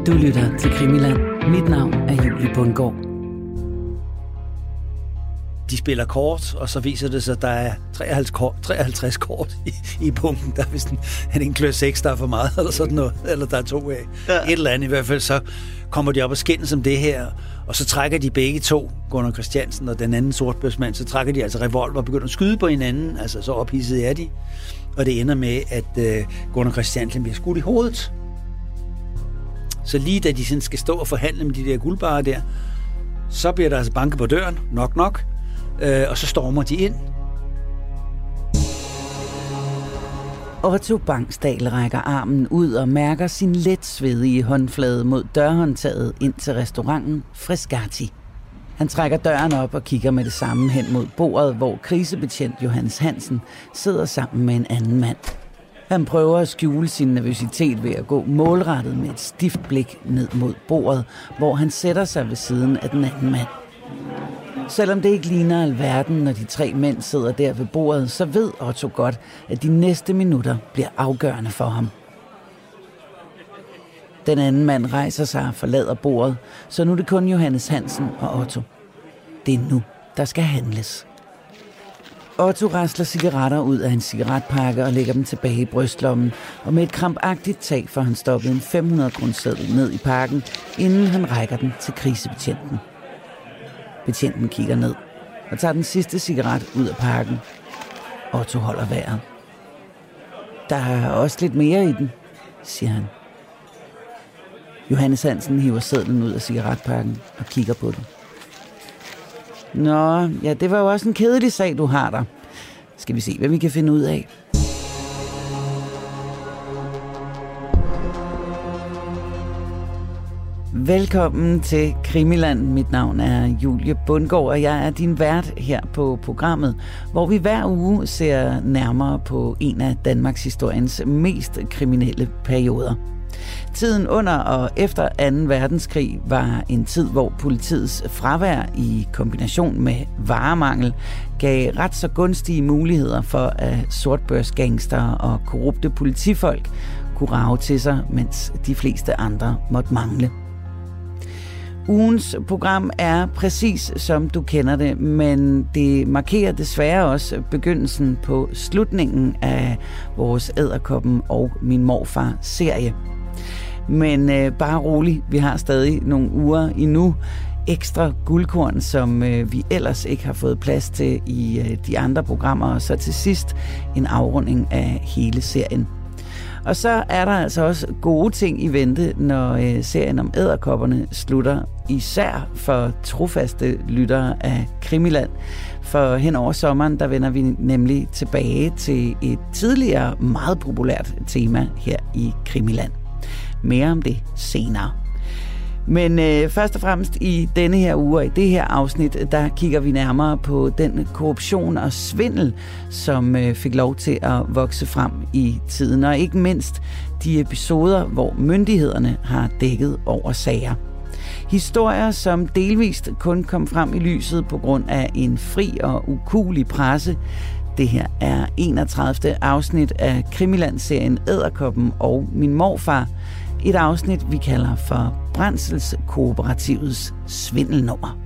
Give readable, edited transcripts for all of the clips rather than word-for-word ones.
Du lytter til Krimiland. Mit navn er Julie Bundgaard. De spiller kort, og så viser det sig, at der er 53 kort i bunken. Der er vist en klør 6, der er for meget, eller sådan noget. Eller der er 2 af. Ja. Et eller andet i hvert fald, så kommer de op og skændes om det her. Og så trækker de begge to, Gunnar Christiansen og den anden sortbørsmand, så trækker de altså revolver og begynder at skyde på hinanden. Altså, så ophidset er de. Og det ender med, at Gunnar Christiansen bliver skudt i hovedet. Så lige da de sådan skal stå og forhandle med de der guldbarer der, så bliver der altså banket på døren, nok, og så stormer de ind. Otto Bangsdal rækker armen ud og mærker sin let svedige håndflade mod dørhåndtaget ind til restauranten Frescati. Han trækker døren op og kigger med det samme hen mod bordet, hvor krisebetjent Johannes Hansen sidder sammen med en anden mand. Han prøver at skjule sin nervøsitet ved at gå målrettet med et stift blik ned mod bordet, hvor han sætter sig ved siden af den anden mand. Selvom det ikke ligner alverden, når de 3 mænd sidder der ved bordet, så ved Otto godt, at de næste minutter bliver afgørende for ham. Den anden mand rejser sig og forlader bordet, så nu er det kun Johannes Hansen og Otto. Det er nu, der skal handles. Otto rasler cigaretter ud af en cigaretpakke og lægger dem tilbage i brystlommen, og med et krampagtigt tag får han stoppet en 500-kroneseddel ned i pakken, inden han rækker den til krisebetjenten. Betjenten kigger ned og tager den sidste cigaret ud af pakken. Otto holder vejret. Der er også lidt mere i den, siger han. Johannes Hansen hiver sedlen ud af cigaretpakken og kigger på den. Nå, ja, det var jo også en kedelig sag, du har der. Skal vi se, hvad vi kan finde ud af. Velkommen til Krimiland. Mit navn er Julie Bundgaard, og jeg er din vært her på programmet, hvor vi hver uge ser nærmere på en af Danmarks historiens mest kriminelle perioder. Tiden under og efter 2. verdenskrig var en tid, hvor politiets fravær i kombination med varemangel gav ret så gunstige muligheder for, at sortbørsgangster og korrupte politifolk kunne rage til sig, mens de fleste andre måtte mangle. Ugens program er præcis som du kender det, men det markerer desværre også begyndelsen på slutningen af vores Edderkoppen og min morfar-serie. Men bare rolig, vi har stadig nogle uger endnu. Ekstra guldkorn, som vi ellers ikke har fået plads til i de andre programmer. Og så til sidst en afrunding af hele serien. Og så er der altså også gode ting i vente, når serien om edderkopperne slutter. Især for trofaste lyttere af Krimiland. For hen over sommeren, der vender vi nemlig tilbage til et tidligere meget populært tema her i Krimiland. Mere om det senere. Men først og fremmest i denne her uge og i det her afsnit, der kigger vi nærmere på den korruption og svindel, som fik lov til at vokse frem i tiden. Og ikke mindst de episoder, hvor myndighederne har dækket over sager. Historier, som delvist kun kom frem i lyset på grund af en fri og ukuelig presse. Det her er 31. afsnit af Krimiland-serien Edderkoppen og min morfar. Et afsnit, vi kalder for Brændselskooperativets svindelnummer.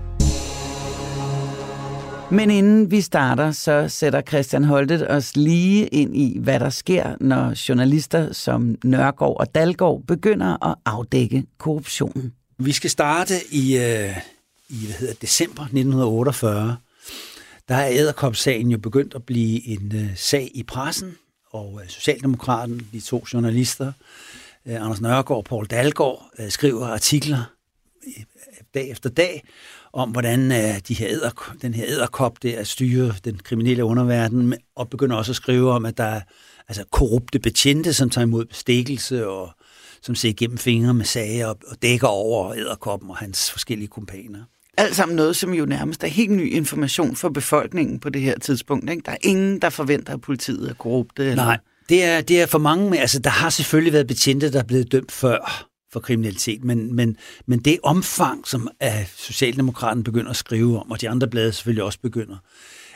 Men inden vi starter, så sætter Christian Holtet os lige ind i, hvad der sker, når journalister som Nørgaard og Dalgaard begynder at afdække korruptionen. Vi skal starte i december 1948. Der er Edderkop-sagen jo begyndt at blive en sag i pressen, og Socialdemokraten, de 2 journalister, Anders Nørgaard og Poul Dalgaard, skriver artikler dag efter dag om, hvordan den her edderkop der styrer den kriminelle underverden, og begynder også at skrive om, at der er altså korrupte betjente, som tager imod bestikkelse og som ser igennem fingre med sager og dækker over edderkoppen og hans forskellige kumpaner. Alt sammen noget, som jo nærmest er helt ny information for befolkningen på det her tidspunkt. Ikke? Der er ingen, der forventer, at politiet er korrupte. Eller? Nej, det er for mange. Altså, der har selvfølgelig været betjente, der er blevet dømt før for kriminalitet, men det omfang, som Socialdemokraten begynder at skrive om, og de andre blade selvfølgelig også begynder,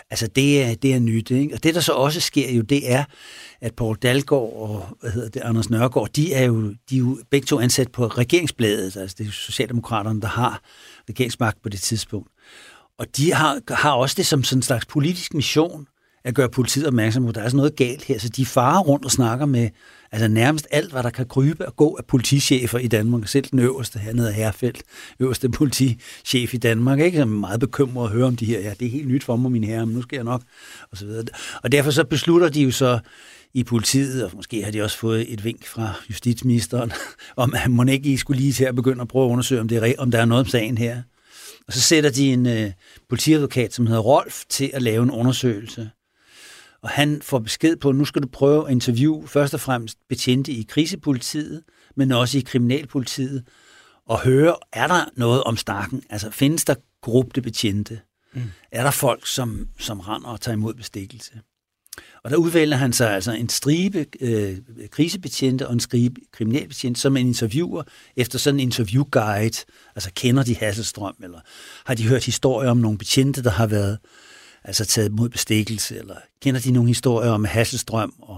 Altså, det er nyt, ikke? Og det, der så også sker jo, det er, at Poul Dalgaard og Anders Nørgaard, de er jo begge to ansat på regeringsbladet, altså det er Socialdemokraterne, der har regeringsmagt på det tidspunkt. Og de har også det som sådan en slags politisk mission, at gøre politiet opmærksom på, at der er sådan noget galt her. Så de farer rundt og snakker med altså nærmest alt, hvad der kan krybe og gå af politichefer i Danmark. Selv den øverste hernede af Herfeldt, øverste politichef i Danmark, ikke? Som er meget bekymret at høre om de her. Ja, det er helt nyt for mig, mine herrer, men nu skal jeg nok, og så videre. Og derfor så beslutter de jo så i politiet, og måske har de også fået et vink fra justitsministeren, om at man ikke skulle lige til at begynde at prøve at undersøge, om der er noget om sagen her. Og så sætter de en politiadvokat, som hedder Rolf, til at lave en undersøgelse. Og han får besked på, at nu skal du prøve at interviewe først og fremmest betjente i krisepolitiet, men også i kriminalpolitiet, og høre, er der noget om stakken? Altså, findes der korrupte betjente? Er der folk, som render og tager imod bestikkelse? Og der udvælger han sig altså en stribe krisebetjente og en stribe kriminalbetjente, som en interviewer efter sådan en interviewguide. Altså, kender de Hasselstrøm, eller har de hørt historier om nogle betjente, der har været altså taget mod bestikkelse, eller kender de nogle historier om Hasselstrøm og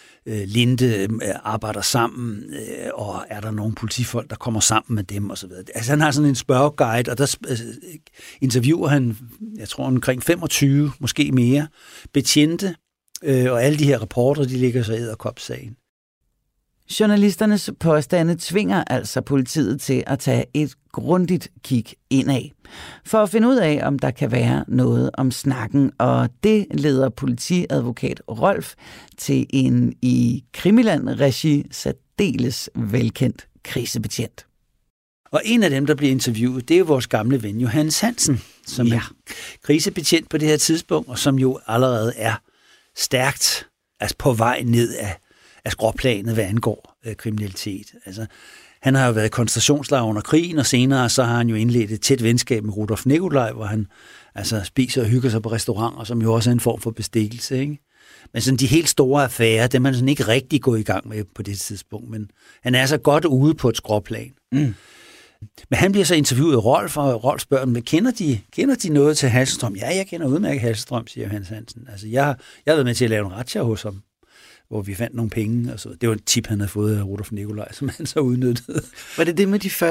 Linde arbejder sammen, og er der nogle politifolk, der kommer sammen med dem, og så videre. Altså han har sådan en spørgeguide, og der interviewer han, jeg tror omkring 25, måske mere, betjente, og alle de her rapporter, de ligger så i Edderkop-sagen. Journalisternes påstande tvinger altså politiet til at tage et grundigt kig indad, for at finde ud af, om der kan være noget om snakken, og det leder politiadvokat Rolf til en i Krimiland-regi særdeles velkendt krisebetjent. Og en af dem, der bliver interviewet, det er jo vores gamle ven Johannes Hansen, som er krisebetjent på det her tidspunkt, og som jo allerede er stærkt altså på vej ned af skråplanet, hvad angår kriminalitet. Altså, han har jo været i koncentrationslejr under krigen, og senere så har han jo indledt et tæt venskab med Rudolf Nikolaj, hvor han altså spiser og hygger sig på restauranter, som jo også er en form for bestikkelse, ikke? Men sådan de helt store affærer, dem er man sådan ikke rigtig gået i gang med på det tidspunkt, men han er så godt ude på et skråplan. Men han bliver så interviewet af Rolf, og Rolf spørger dem, kender de noget til Hasselstrøm? Ja, jeg kender udmærket Hasselstrøm, siger Hans Hansen. Altså, jeg har været med til at lave en razzia hos ham, hvor vi fandt nogle penge. Og så. Det var et tip, han havde fået af Rudolf Nikolaj, som han så udnyttede. Var det med de 40.000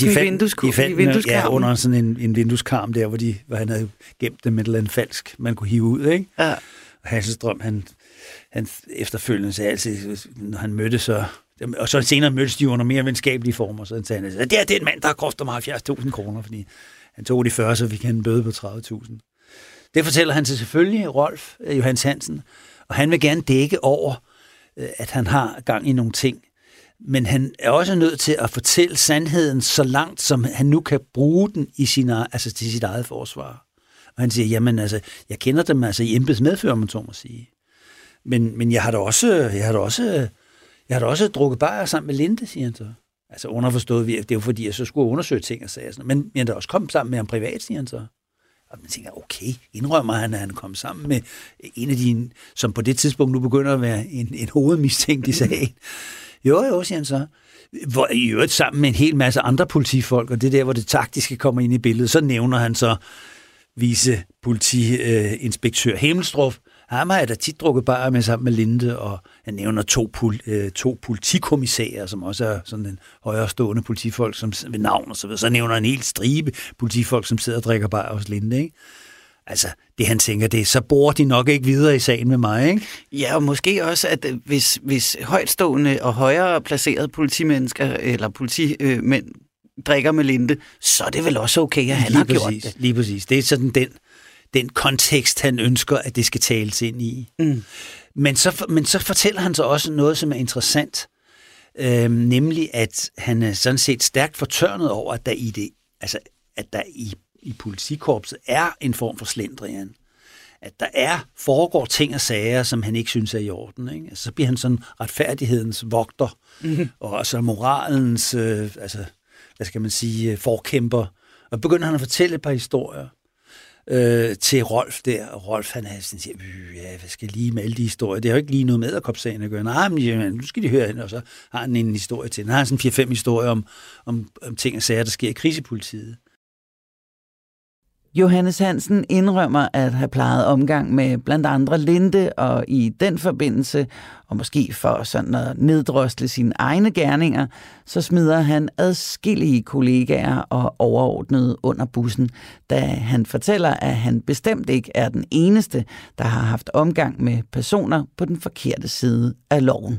i vindueskarmen? Ja, under sådan en vindueskarm der, hvor han havde gemt dem med et eller andet falsk, man kunne hive ud, ikke? Ja. Og Hasselstrøm, han efterfølgende sagde altid, når han mødte så... Og så senere mødtes de under mere venskabelige former, så han sagde, at det er en mand, der har kostet mig 70.000 kroner, fordi han tog de 40, så fik han en bøde på 30.000. Det fortæller han til selvfølgelig Rolf Johannes Hansen, og han vil gerne dække over, at han har gang i nogle ting. Men han er også nødt til at fortælle sandheden så langt, som han nu kan bruge den i til sit eget forsvar. Og han siger, jamen altså, jeg kender dem altså i embeds medfører, man så må sige. Men jeg har da også drukket bajer sammen med Linde, siger han så. Altså underforstået, det er jo fordi, jeg så skulle undersøge ting og sager. Men jeg har da også kommet sammen med ham privat, siger han så. Og man tænker, okay, indrømmer han, at han kom sammen med en af de, som på det tidspunkt nu begynder at være en hovedmistænkt i sagen. Jo, siger han så. Hvor i øvrigt sammen med en hel masse andre politifolk, og det der, hvor det taktiske kommer ind i billedet, så nævner han så vicepolitiinspektør Himmelstrup. Han har da tit drukket bajer med sammen med Linde, og han nævner to politikommissærer, som også er sådan en højere stående politifolk som ved navn og så videre. Så nævner en helt stribe politifolk, som sidder og drikker bajer hos Linde, ikke? Altså, det han tænker, det er, så borer de nok ikke videre i sagen med mig, ikke? Ja, og måske også, at hvis højtstående og højere placerede politimennesker eller politimænd drikker med Linde, så er det vel også okay, at han har gjort det. Lige præcis. Det er sådan den kontekst, han ønsker, at det skal tales ind i. Men så fortæller han så også noget, som er interessant, nemlig at han er sådan set stærkt fortørnet over, at der i politikorpset er en form for slendrian. At der foregår ting og sager, som han ikke synes er i orden. Ikke? Altså, så bliver han sådan retfærdighedens vogter, og så moralens, forkæmper. Og begynder han at fortælle et par historier til Rolf der, og Rolf han er sådan, siger, hvad skal jeg lige med alle de historier? Det har jo ikke lige noget med Edderkop-sagen at gøre. Nej, men nu skal de høre hende, og så har han en historie til. Han har sådan 4-5 historier om ting og sager, der sker i krisepolitiet. Johannes Hansen indrømmer at have plejet omgang med blandt andre Linde, og i den forbindelse, og måske for sådan at neddrosle sine egne gerninger, så smider han adskillige kollegaer og overordnede under bussen, da han fortæller, at han bestemt ikke er den eneste, der har haft omgang med personer på den forkerte side af loven.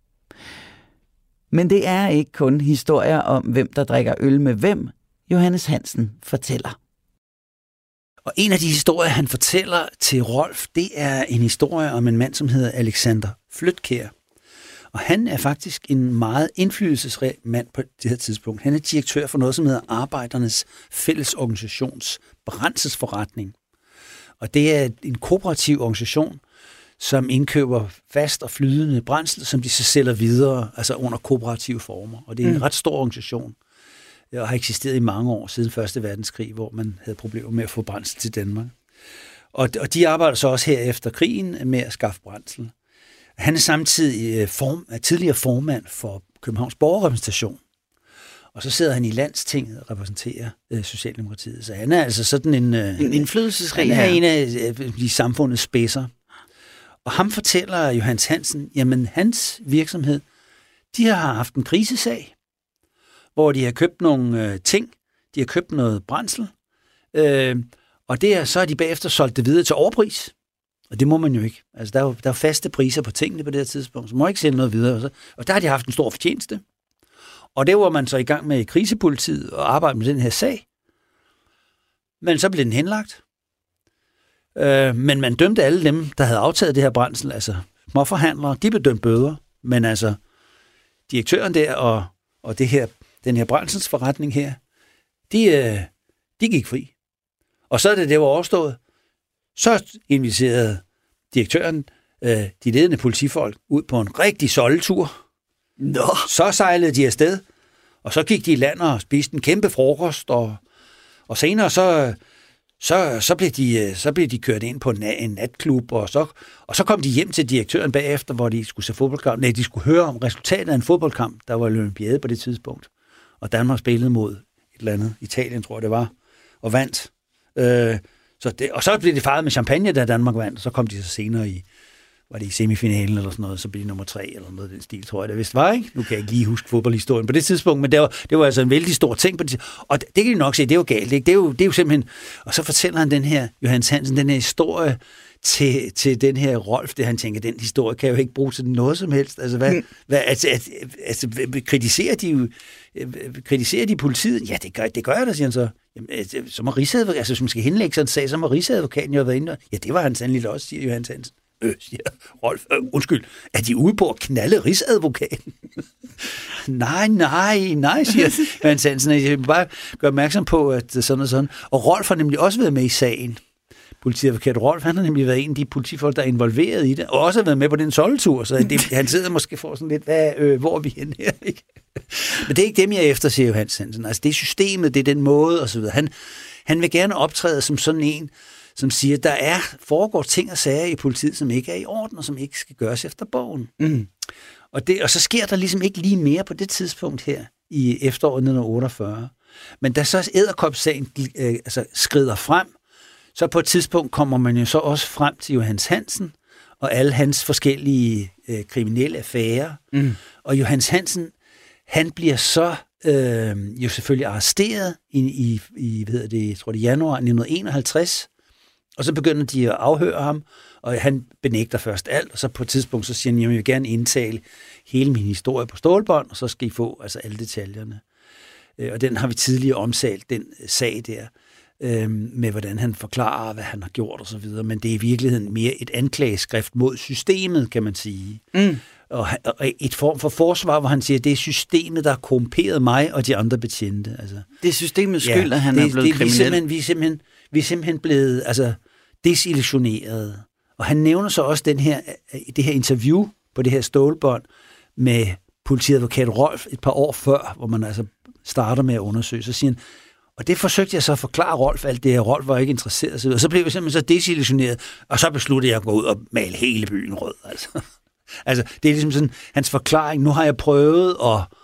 Men det er ikke kun historier om, hvem der drikker øl med hvem, Johannes Hansen fortæller. Og en af de historier, han fortæller til Rolf, det er en historie om en mand, som hedder Alexander Flytkjær. Og han er faktisk en meget indflydelsesrig mand på det her tidspunkt. Han er direktør for noget, som hedder Arbejdernes Fællesorganisations brændselsforretning. Og det er en kooperativ organisation, som indkøber fast og flydende brændsel, som de så sælger videre, altså under kooperative former. Og det er en ret stor organisation, og har eksisteret i mange år siden 1. verdenskrig, hvor man havde problemer med at få brændsel til Danmark. Og de arbejder så også her efter krigen med at skaffe brændsel. Han er samtidig tidligere formand for Københavns Borgerrepræsentation. Og så sidder han i Landstinget og repræsenterer Socialdemokratiet. Så han er altså sådan en indflydelsesrig. Han er en af de samfundets spidser. Og ham fortæller Johannes Hansen, jamen hans virksomhed, de har haft en krisesag, hvor de har købt nogle ting, de har købt noget brændsel, og så har de bagefter solgt det videre til overpris. Og det må man jo ikke. Altså, der er faste priser på tingene på det her tidspunkt, så må ikke sælge noget videre. Og der har de haft en stor fortjeneste. Og det var man så i gang med i krisepolitiet og arbejde med den her sag. Men så blev den henlagt. Men man dømte alle dem, der havde aftaget det her brændsel, altså småforhandlere, de blev dømt bøder. Men altså, direktøren der og den her brændselsforretning her, de gik fri. Og så det var overstået, så inviterede direktøren de ledende politifolk ud på en rigtig soldetur. Nå. Så sejlede de afsted, og så gik de i land og spiste en kæmpe frokost, og senere så blev de kørt ind på en natklub, og så kom de hjem til direktøren bagefter, hvor de skulle se fodboldkamp. Nej, de skulle høre om resultatet af en fodboldkamp, der var olympiade på det tidspunkt. Og Danmark spillede mod et eller andet, Italien tror jeg det var, og vandt. Og så blev det fejret med champagne, da Danmark vandt, og så kom de så senere var det i semifinalen eller sådan noget, så blev de nummer 3 eller noget af den stil, tror jeg det vist var, ikke? Nu kan jeg ikke lige huske fodboldhistorien på det tidspunkt, men det var altså en vældig stor ting på det. Og det kan de nok se, det er jo galt, ikke? Det er jo simpelthen. Og så fortæller han den her, Johannes Hansen, den her historie til den her Rolf, det han tænker, den historie kan jeg jo ikke bruge til noget som helst. Altså, kritiserer de politiet? Ja, det gør jeg da, siger han så. Jamen, så må Rigsadvokaten, altså hvis man skal henlægge sådan en sag, så må Rigsadvokaten jo have været inde. Ja, det var han sandelig også, siger Johannes Hansen. Siger Rolf, undskyld, er de ude på at knalde Rigsadvokaten? nej, siger Johannes Hansen. Jeg vil bare gøre opmærksom på, at sådan og sådan. Og Rolf har nemlig også været med i sagen. Politiadvokat Rolf, han har nemlig været en af de politifolk, der er involveret i det, og også har været med på den soldetur, så han sidder måske for sådan lidt, hvor er vi henne her, ikke? Men det er ikke dem, jeg efterser, Johannes Hansen. Altså, det er systemet, det er den måde, og så videre. Han vil gerne optræde som sådan en, som siger, der foregår ting og sager i politiet, som ikke er i orden, og som ikke skal gøres efter bogen. Mm. Og så sker der ligesom ikke lige mere på det tidspunkt her, i efteråret 1948. Men da så Edderkop-sagen skrider frem, så på et tidspunkt kommer man jo så også frem til Johannes Hansen, og alle hans forskellige kriminelle affærer. Mm. Og Johannes Hansen, han bliver så jo selvfølgelig arresteret i jeg tror det er januar 1951, og så begynder de at afhøre ham, og han benægter først alt, og så på et tidspunkt så siger han, jeg vil gerne indtale hele min historie på stålbånd, og så skal I få altså alle detaljerne. Og den har vi tidligere omtalt, den sag der, med hvordan han forklarer, hvad han har gjort og så videre, men det er i virkeligheden mere et anklageskrift mod systemet, kan man sige. Mm. Og et form for forsvar, hvor han siger, det er systemet, der har korrumperet mig og de andre betjente. Altså, det er systemets skyld, at han er blevet kriminel. Vi er simpelthen blevet desillusioneret. Og han nævner så også det her interview på det her stålbånd med politiadvokat Rolf et par år før, hvor man altså starter med at undersøge. Så siger han, og det forsøgte jeg så at forklare Rolf alt det her. Rolf var ikke interesseret. Og så blev jeg simpelthen så desillusioneret, og så besluttede jeg at gå ud og male hele byen rød. Altså, det er ligesom sådan hans forklaring. Nu har jeg prøvet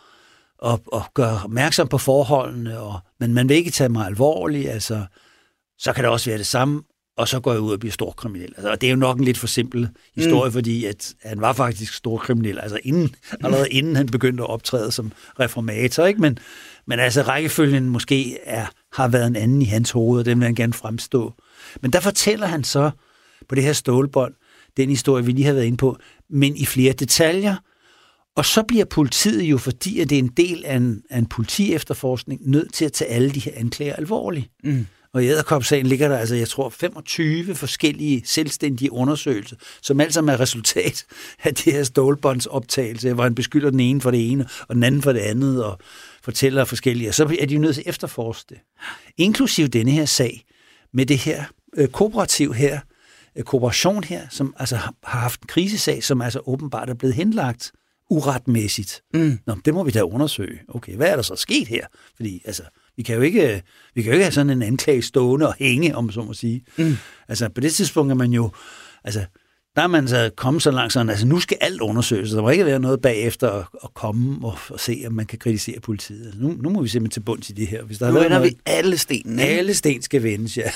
at gøre opmærksom på forholdene, men man vil ikke tage mig alvorligt. Altså, så kan det også være det samme, og så går jeg ud og bliver storkriminel. Altså, og det er jo nok en lidt for simpel historie, fordi at han var faktisk storkriminel, altså allerede inden han begyndte at optræde som reformator, ikke? Men altså rækkefølgen måske har været en anden i hans hoved, og den vil han gerne fremstå. Men der fortæller han så på det her stålbånd, den historie, vi lige har været inde på, men i flere detaljer. Og så bliver politiet jo, fordi at det er en del af en politiefterforskning, nødt til at tage alle de her anklager alvorligt. Og i Edderkop-sagen ligger der, altså jeg tror, 25 forskellige selvstændige undersøgelser, som alt sammen er resultat af det her stålbåndsoptagelse, hvor han beskylder den ene for det ene, og den anden for det andet, og fortæller forskellige. Og så er de jo nødt til at efterforske det. Inklusiv denne her sag med det her kooperativ her, kooperation her, som altså har haft en krisesag, som altså åbenbart er blevet henlagt uretmæssigt. Nå, det må vi da undersøge. Okay, hvad er der så sket her? Fordi altså, vi kan jo ikke have sådan en anklage stående og hænge, om så må sige. Altså, på det tidspunkt er man jo, altså, der er man så kommet så langt sådan, altså, nu skal alt undersøges. Der må ikke være noget bagefter at komme og se, om man kan kritisere politiet. Altså, nu må vi simpelthen til bunds i det her. Hvis der nu ender vi alle stenene. Alle sten skal vendes, ja.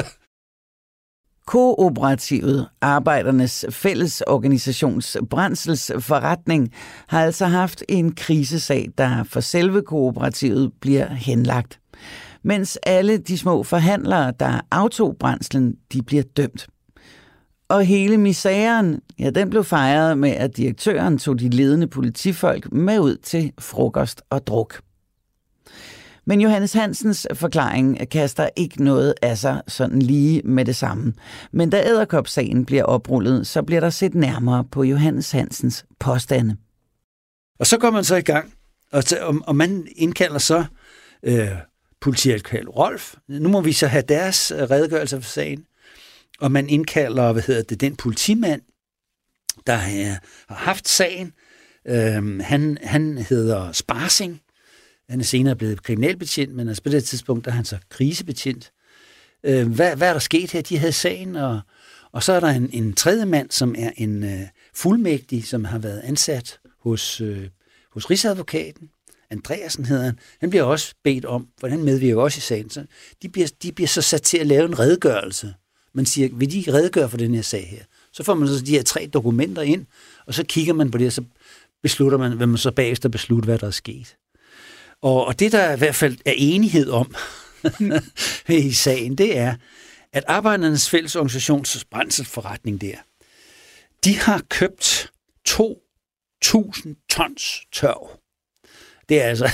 Kooperativet, Arbejdernes Fællesorganisations brændselsforretning, har altså haft en krisesag, der for selve kooperativet bliver henlagt. Mens alle de små forhandlere, der aftog brændslen, de bliver dømt. Og hele misæren, ja, den blev fejret med, at direktøren tog de ledende politifolk med ud til frokost og druk. Men Johannes Hansens forklaring kaster ikke noget af sig sådan lige med det samme. Men da Edderkop-sagen bliver oprullet, så bliver der set nærmere på Johannes Hansens påstande. Og så går man så i gang, og man indkalder så politiadvokat Rolf. Nu må vi så have deres redegørelse for sagen. Og man indkalder, den politimand, der har haft sagen. Han hedder Sparsing. Han er senere blevet kriminalbetjent, men altså på det tidspunkt, der er han så krisebetjent. Hvad er der sket her? De havde sagen, og så er der en tredje mand, som er en fuldmægtig, som har været ansat hos Rigsadvokaten. Andreasen hedder han. Han bliver også bedt om, for han medvirker også i sagen. Så de bliver så sat til at lave en redegørelse. Man siger, vil de redegøre for den her sag her? Så får man så de her 3 dokumenter ind, og så kigger man på det, og så beslutter man, hvad man så bagefter beslutter, hvad der er sket. Og det, der i hvert fald er enighed om i sagen, det er, at Arbejdernes Fællesorganisations brændselsforretning der, de har købt 2.000 tons tørv. Det er altså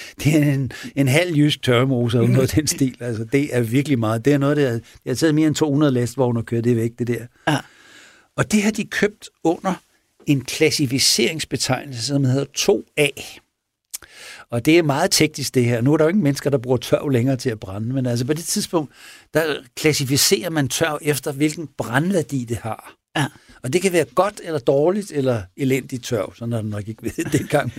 en halv jysk tørremose eller noget af den stil. Altså, det er virkelig meget. Det er noget, der har taget mere end 200 lastvogne og kørt det væk, det der. Ja. Og det har de købt under en klassificeringsbetegnelse, som hedder 2A. Og det er meget teknisk det her. Nu er der jo ikke mennesker, der bruger tørv længere til at brænde, men altså på det tidspunkt, der klassificerer man tørv efter, hvilken brændværdi det har. Ja. Og det kan være godt eller dårligt eller elendigt tørv, sådan er det nok ikke ved dengang.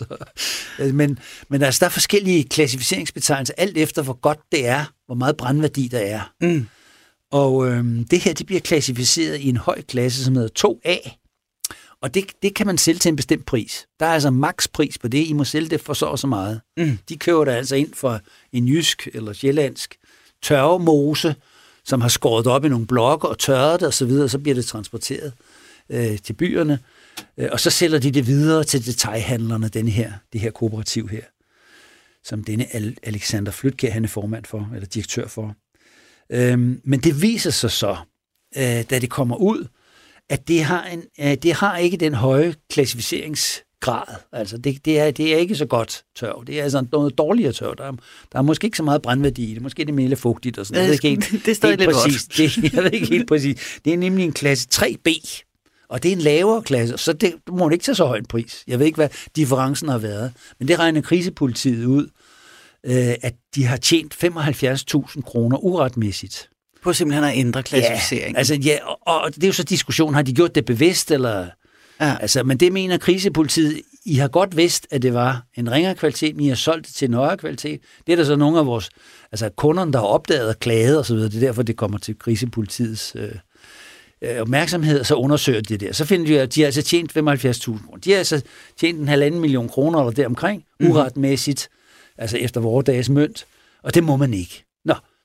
Men altså, der er forskellige klassificeringsbetegnelser, alt efter hvor godt det er, hvor meget brændværdi der er. Og det her, det bliver klassificeret i en høj klasse, som hedder 2A. Og det kan man sælge til en bestemt pris. Der er altså makspris på det. I må sælge det for så og så meget. De køber der altså ind for en jysk eller sjællandsk tørvemose, som har skåret op i nogle blokke og tørret det osv., og så bliver det transporteret til byerne. Og så sælger de det videre til detailhandlerne, det her kooperativ her, som denne Alexander Flytkjær, han er formand for, eller direktør for. Men det viser sig så, da det kommer ud, at det har ikke den høje klassificeringsgrad. Altså, det er ikke så godt tørv. Det er altså noget dårligere tørv. Der er måske ikke så meget brændværdi i det. Måske er det mere lidt fugtigt og sådan noget. Det er stadig lidt præcis. Jeg ved ikke helt præcis. Det er nemlig en klasse 3B, og det er en lavere klasse, så det må ikke tage så høj en pris. Jeg ved ikke, hvad differencen har været. Men det regner krisepolitiet ud, at de har tjent 75.000 kroner uretmæssigt. På simpelthen at ændre klassificeringen. Ja, og det er jo så diskussion, har de gjort det bevidst, eller... Ja. Altså, men det mener krisepolitiet, I har godt vidst, at det var en ringere kvalitet, men I har solgt det til en højere kvalitet. Det er der så nogle af vores kunderne, der har opdaget og klaget osv. Det er derfor, det kommer til krisepolitiets opmærksomhed, og så undersøger de det der. Så finder de, at de har altså tjent 75.000 kroner. De har altså tjent 1,5 million kroner eller deromkring, uretmæssigt, altså efter vores dages mønt, og det må man ikke. Nå,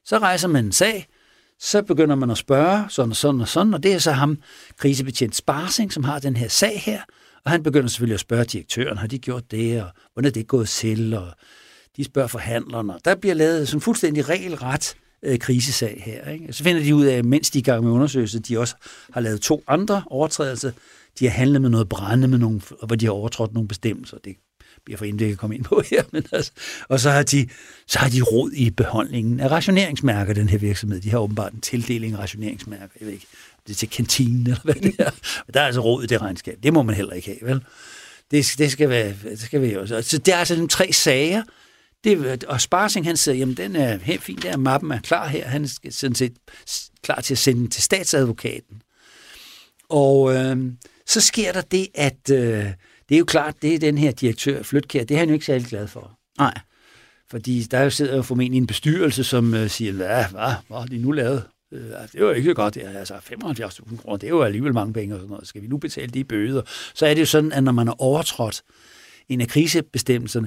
Så rejser man en sag, så begynder man at spørge, sådan og sådan og sådan, og det er så ham, krisebetjent Sparsing, som har den her sag her, og han begynder selvfølgelig at spørge direktøren, har de gjort det, og hvordan er det gået til, og de spørger forhandlerne, og der bliver lavet sådan fuldstændig regelret krisesag her. Ikke? Så finder de ud af, mens de er i gang med undersøgelse, de også har lavet 2 andre overtrædelser, de har handlet med noget brænde, med nogle, hvor de har overtrådt nogle bestemmelser, det bliver for inden, det kan komme ind på her. Men altså, og så har de rod i beholdningen af rationeringsmærker, den her virksomhed. De har åbenbart en tildeling af rationeringsmærker. Jeg ved ikke, det er til kantinen eller hvad det er. Men der er altså rod i det regnskab. Det må man heller ikke have, vel? Det skal være også. Så det er altså nogle 3 sager. Og Sparsing, han siger, jamen den er helt fint, der mappen er klar her. Han er sådan set klar til at sende den til statsadvokaten. Og så sker der det, at det er jo klart, det er den her direktør, Flytkjær, det er han jo ikke særlig glad for. Nej. Fordi der sidder jo formentlig en bestyrelse, som siger, hvad har de nu lavet? Det er jo ikke så godt, det er altså 75.000 kroner, det er jo alligevel mange penge og sådan noget. Skal vi nu betale de bøder? Så er det jo sådan, at når man har overtrådt en af krisebestemmelserne,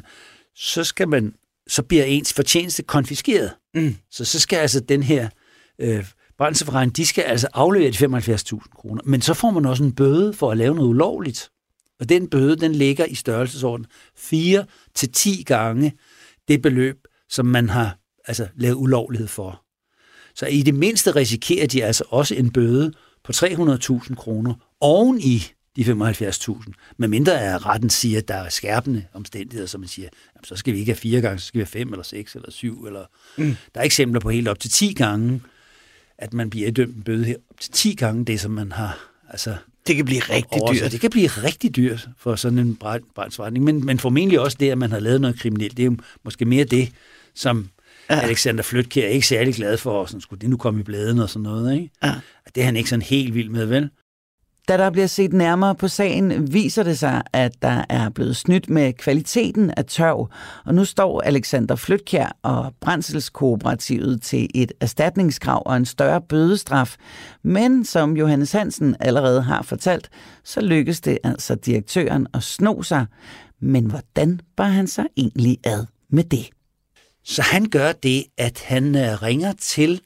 så bliver ens fortjeneste konfiskeret. Så skal altså den her brændselsforretning, de skal altså aflevere de 75.000 kroner. Men så får man også en bøde for at lave noget ulovligt. Og den bøde, den ligger i størrelsesorden 4 til 10 gange det beløb, som man har altså lavet ulovlighed for. Så i det mindste risikerer de altså også en bøde på 300.000 kroner oven i de 75.000. Medmindre er retten siger, at der er skærpende omstændigheder, som man siger, jamen, så skal vi ikke have 4 gange, så skal vi have 5 eller 6 eller 7. Eller Der er eksempler på helt op til 10 gange, at man bliver idømt en bøde her. Op til 10 gange det, som man har... Altså, det kan blive rigtig dyrt. Det kan blive rigtig dyrt for sådan en brændsforretning. Men formentlig også det, at man har lavet noget kriminelt. Det er jo måske mere det, som Alexander Flytkjær er ikke særlig glad for. Sådan, skulle det nu komme i bladene og sådan noget. Ikke? Ja. Det er han ikke sådan helt vild med, vel? Da der bliver set nærmere på sagen, viser det sig, at der er blevet snydt med kvaliteten af tørv, og nu står Alexander Flytkjær og Brændselskooperativet til et erstatningskrav og en større bødestraf. Men som Johannes Hansen allerede har fortalt, så lykkes det altså direktøren at sno sig. Men hvordan bar han sig egentlig ad med det? Så han gør det, at han ringer til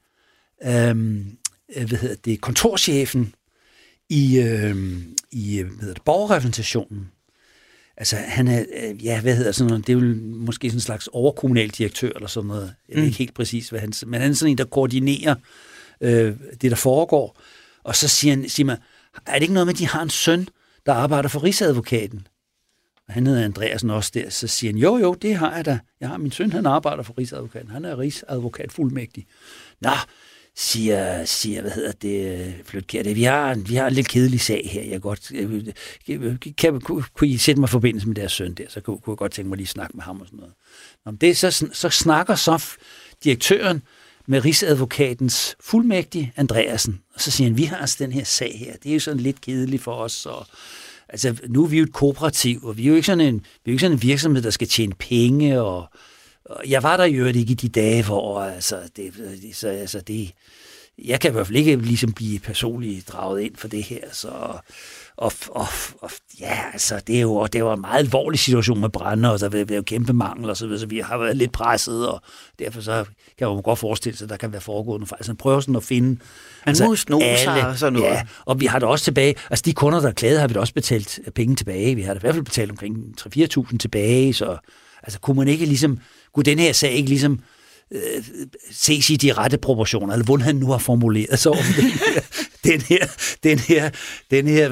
kontorchefen i borgerrepræsentationen. Altså han er, det er jo måske sådan en slags overkommunal direktør eller sådan noget. Jeg ved ikke helt præcis, hvad men han er sådan en, der koordinerer det, der foregår. Og så siger man, er det ikke noget med, at de har en søn, der arbejder for Rigsadvokaten? Og han hedder Andreasen også der. Så siger han, jo, det har jeg da. Jeg har min søn, han arbejder for Rigsadvokaten. Han er Rigsadvokat fuldmægtig. Nå, siger Flytkjær, vi har en lidt kedelig sag her. Kunne I sætte mig i forbindelse med deres søn der, så kunne jeg godt tænke mig lige at snakke med ham og sådan noget. Om det så snakker så direktøren med Rigsadvokatens fuldmægtige Andreasen, og så siger han, vi har altså den her sag her. Det er jo sådan lidt kedeligt for os, og altså nu er vi jo et kooperativ, og vi er jo ikke sådan en virksomhed, der skal tjene penge, og jeg var der jo ikke i de dage, hvor jeg kan i hvert fald ikke ligesom blive personligt draget ind for det her, så det var en meget alvorlig situation med brande, og der vil være kæmpe mangel og så videre, så vi har været lidt presset, og derfor så kan man godt forestille sig, at der kan være foregået noget fejl. Så prøver sådan at finde sådan noget. Ja, og vi har det også tilbage, altså de kunder, der klagede, har vi da også betalt penge tilbage. Vi har da i hvert fald betalt omkring 3-4.000 tilbage, så altså kunne den her sag ikke ligesom ses i de rette proportioner, eller hvordan han nu har formuleret sig over den her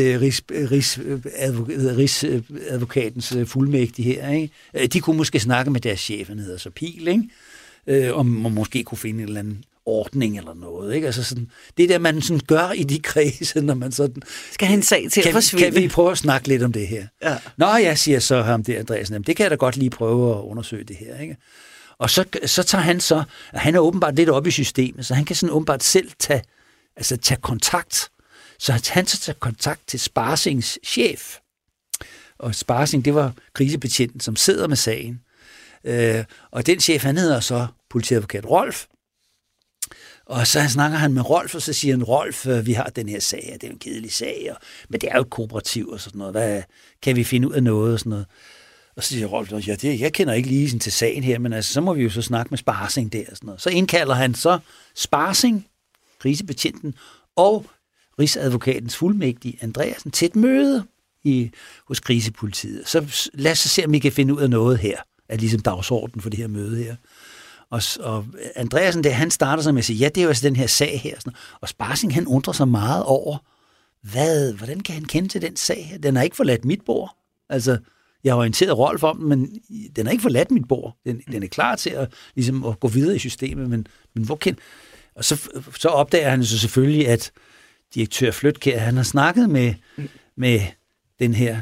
Rigsadvokatens fuldmægtige her, ikke? De kunne måske snakke med deres chef, han hedder så Pil, ikke? Om man måske kunne finde en eller anden ordning eller noget, ikke? Altså sådan, det der, man sådan gør i de kredse, når man sådan... Skal have en sag til at forsvinde? Kan vi prøve at snakke lidt om det her? Ja. Nå, jeg siger så ham der, Andreasen, jamen, det kan jeg da godt lige prøve at undersøge det her, ikke? Og så tager han er åbenbart lidt oppe i systemet, så han kan sådan åbenbart selv tage kontakt. Så han tager kontakt til Sparsings chef. Og Sparsing, det var krisebetjenten, som sidder med sagen. Og den chef, han hedder så politiadvokat Rolf. Og så snakker han med Rolf, og så siger han, Rolf, vi har den her sag, det er en kedelig sag, men det er jo et kooperativ og sådan noget. Hvad kan vi finde ud af noget og sådan noget? Og så siger Rolf, jeg kender ikke lige til sagen her, men altså, så må vi jo så snakke med Sparsing der og sådan noget. Så indkalder han så Sparsing, krisebetjenten, og rigsadvokatens fuldmægtige Andreasen til et møde hos krisepolitiet. Så lad os se, om vi kan finde ud af noget her, af ligesom dagsordenen for det her møde her. Og Andreasen, han starter så med at sige, ja, det er jo altså den her sag her. Sådan, og Sparsing, han undrer sig meget over, hvordan kan han kende til den sag her? Den har ikke forladt mit bord. Altså, jeg har orienteret Rolf om den, men den har ikke forladt mit bord. Den er klar til at gå videre i systemet, men hvor kendt? Og så opdager han så selvfølgelig, at direktør Flytkjær, han har snakket med den her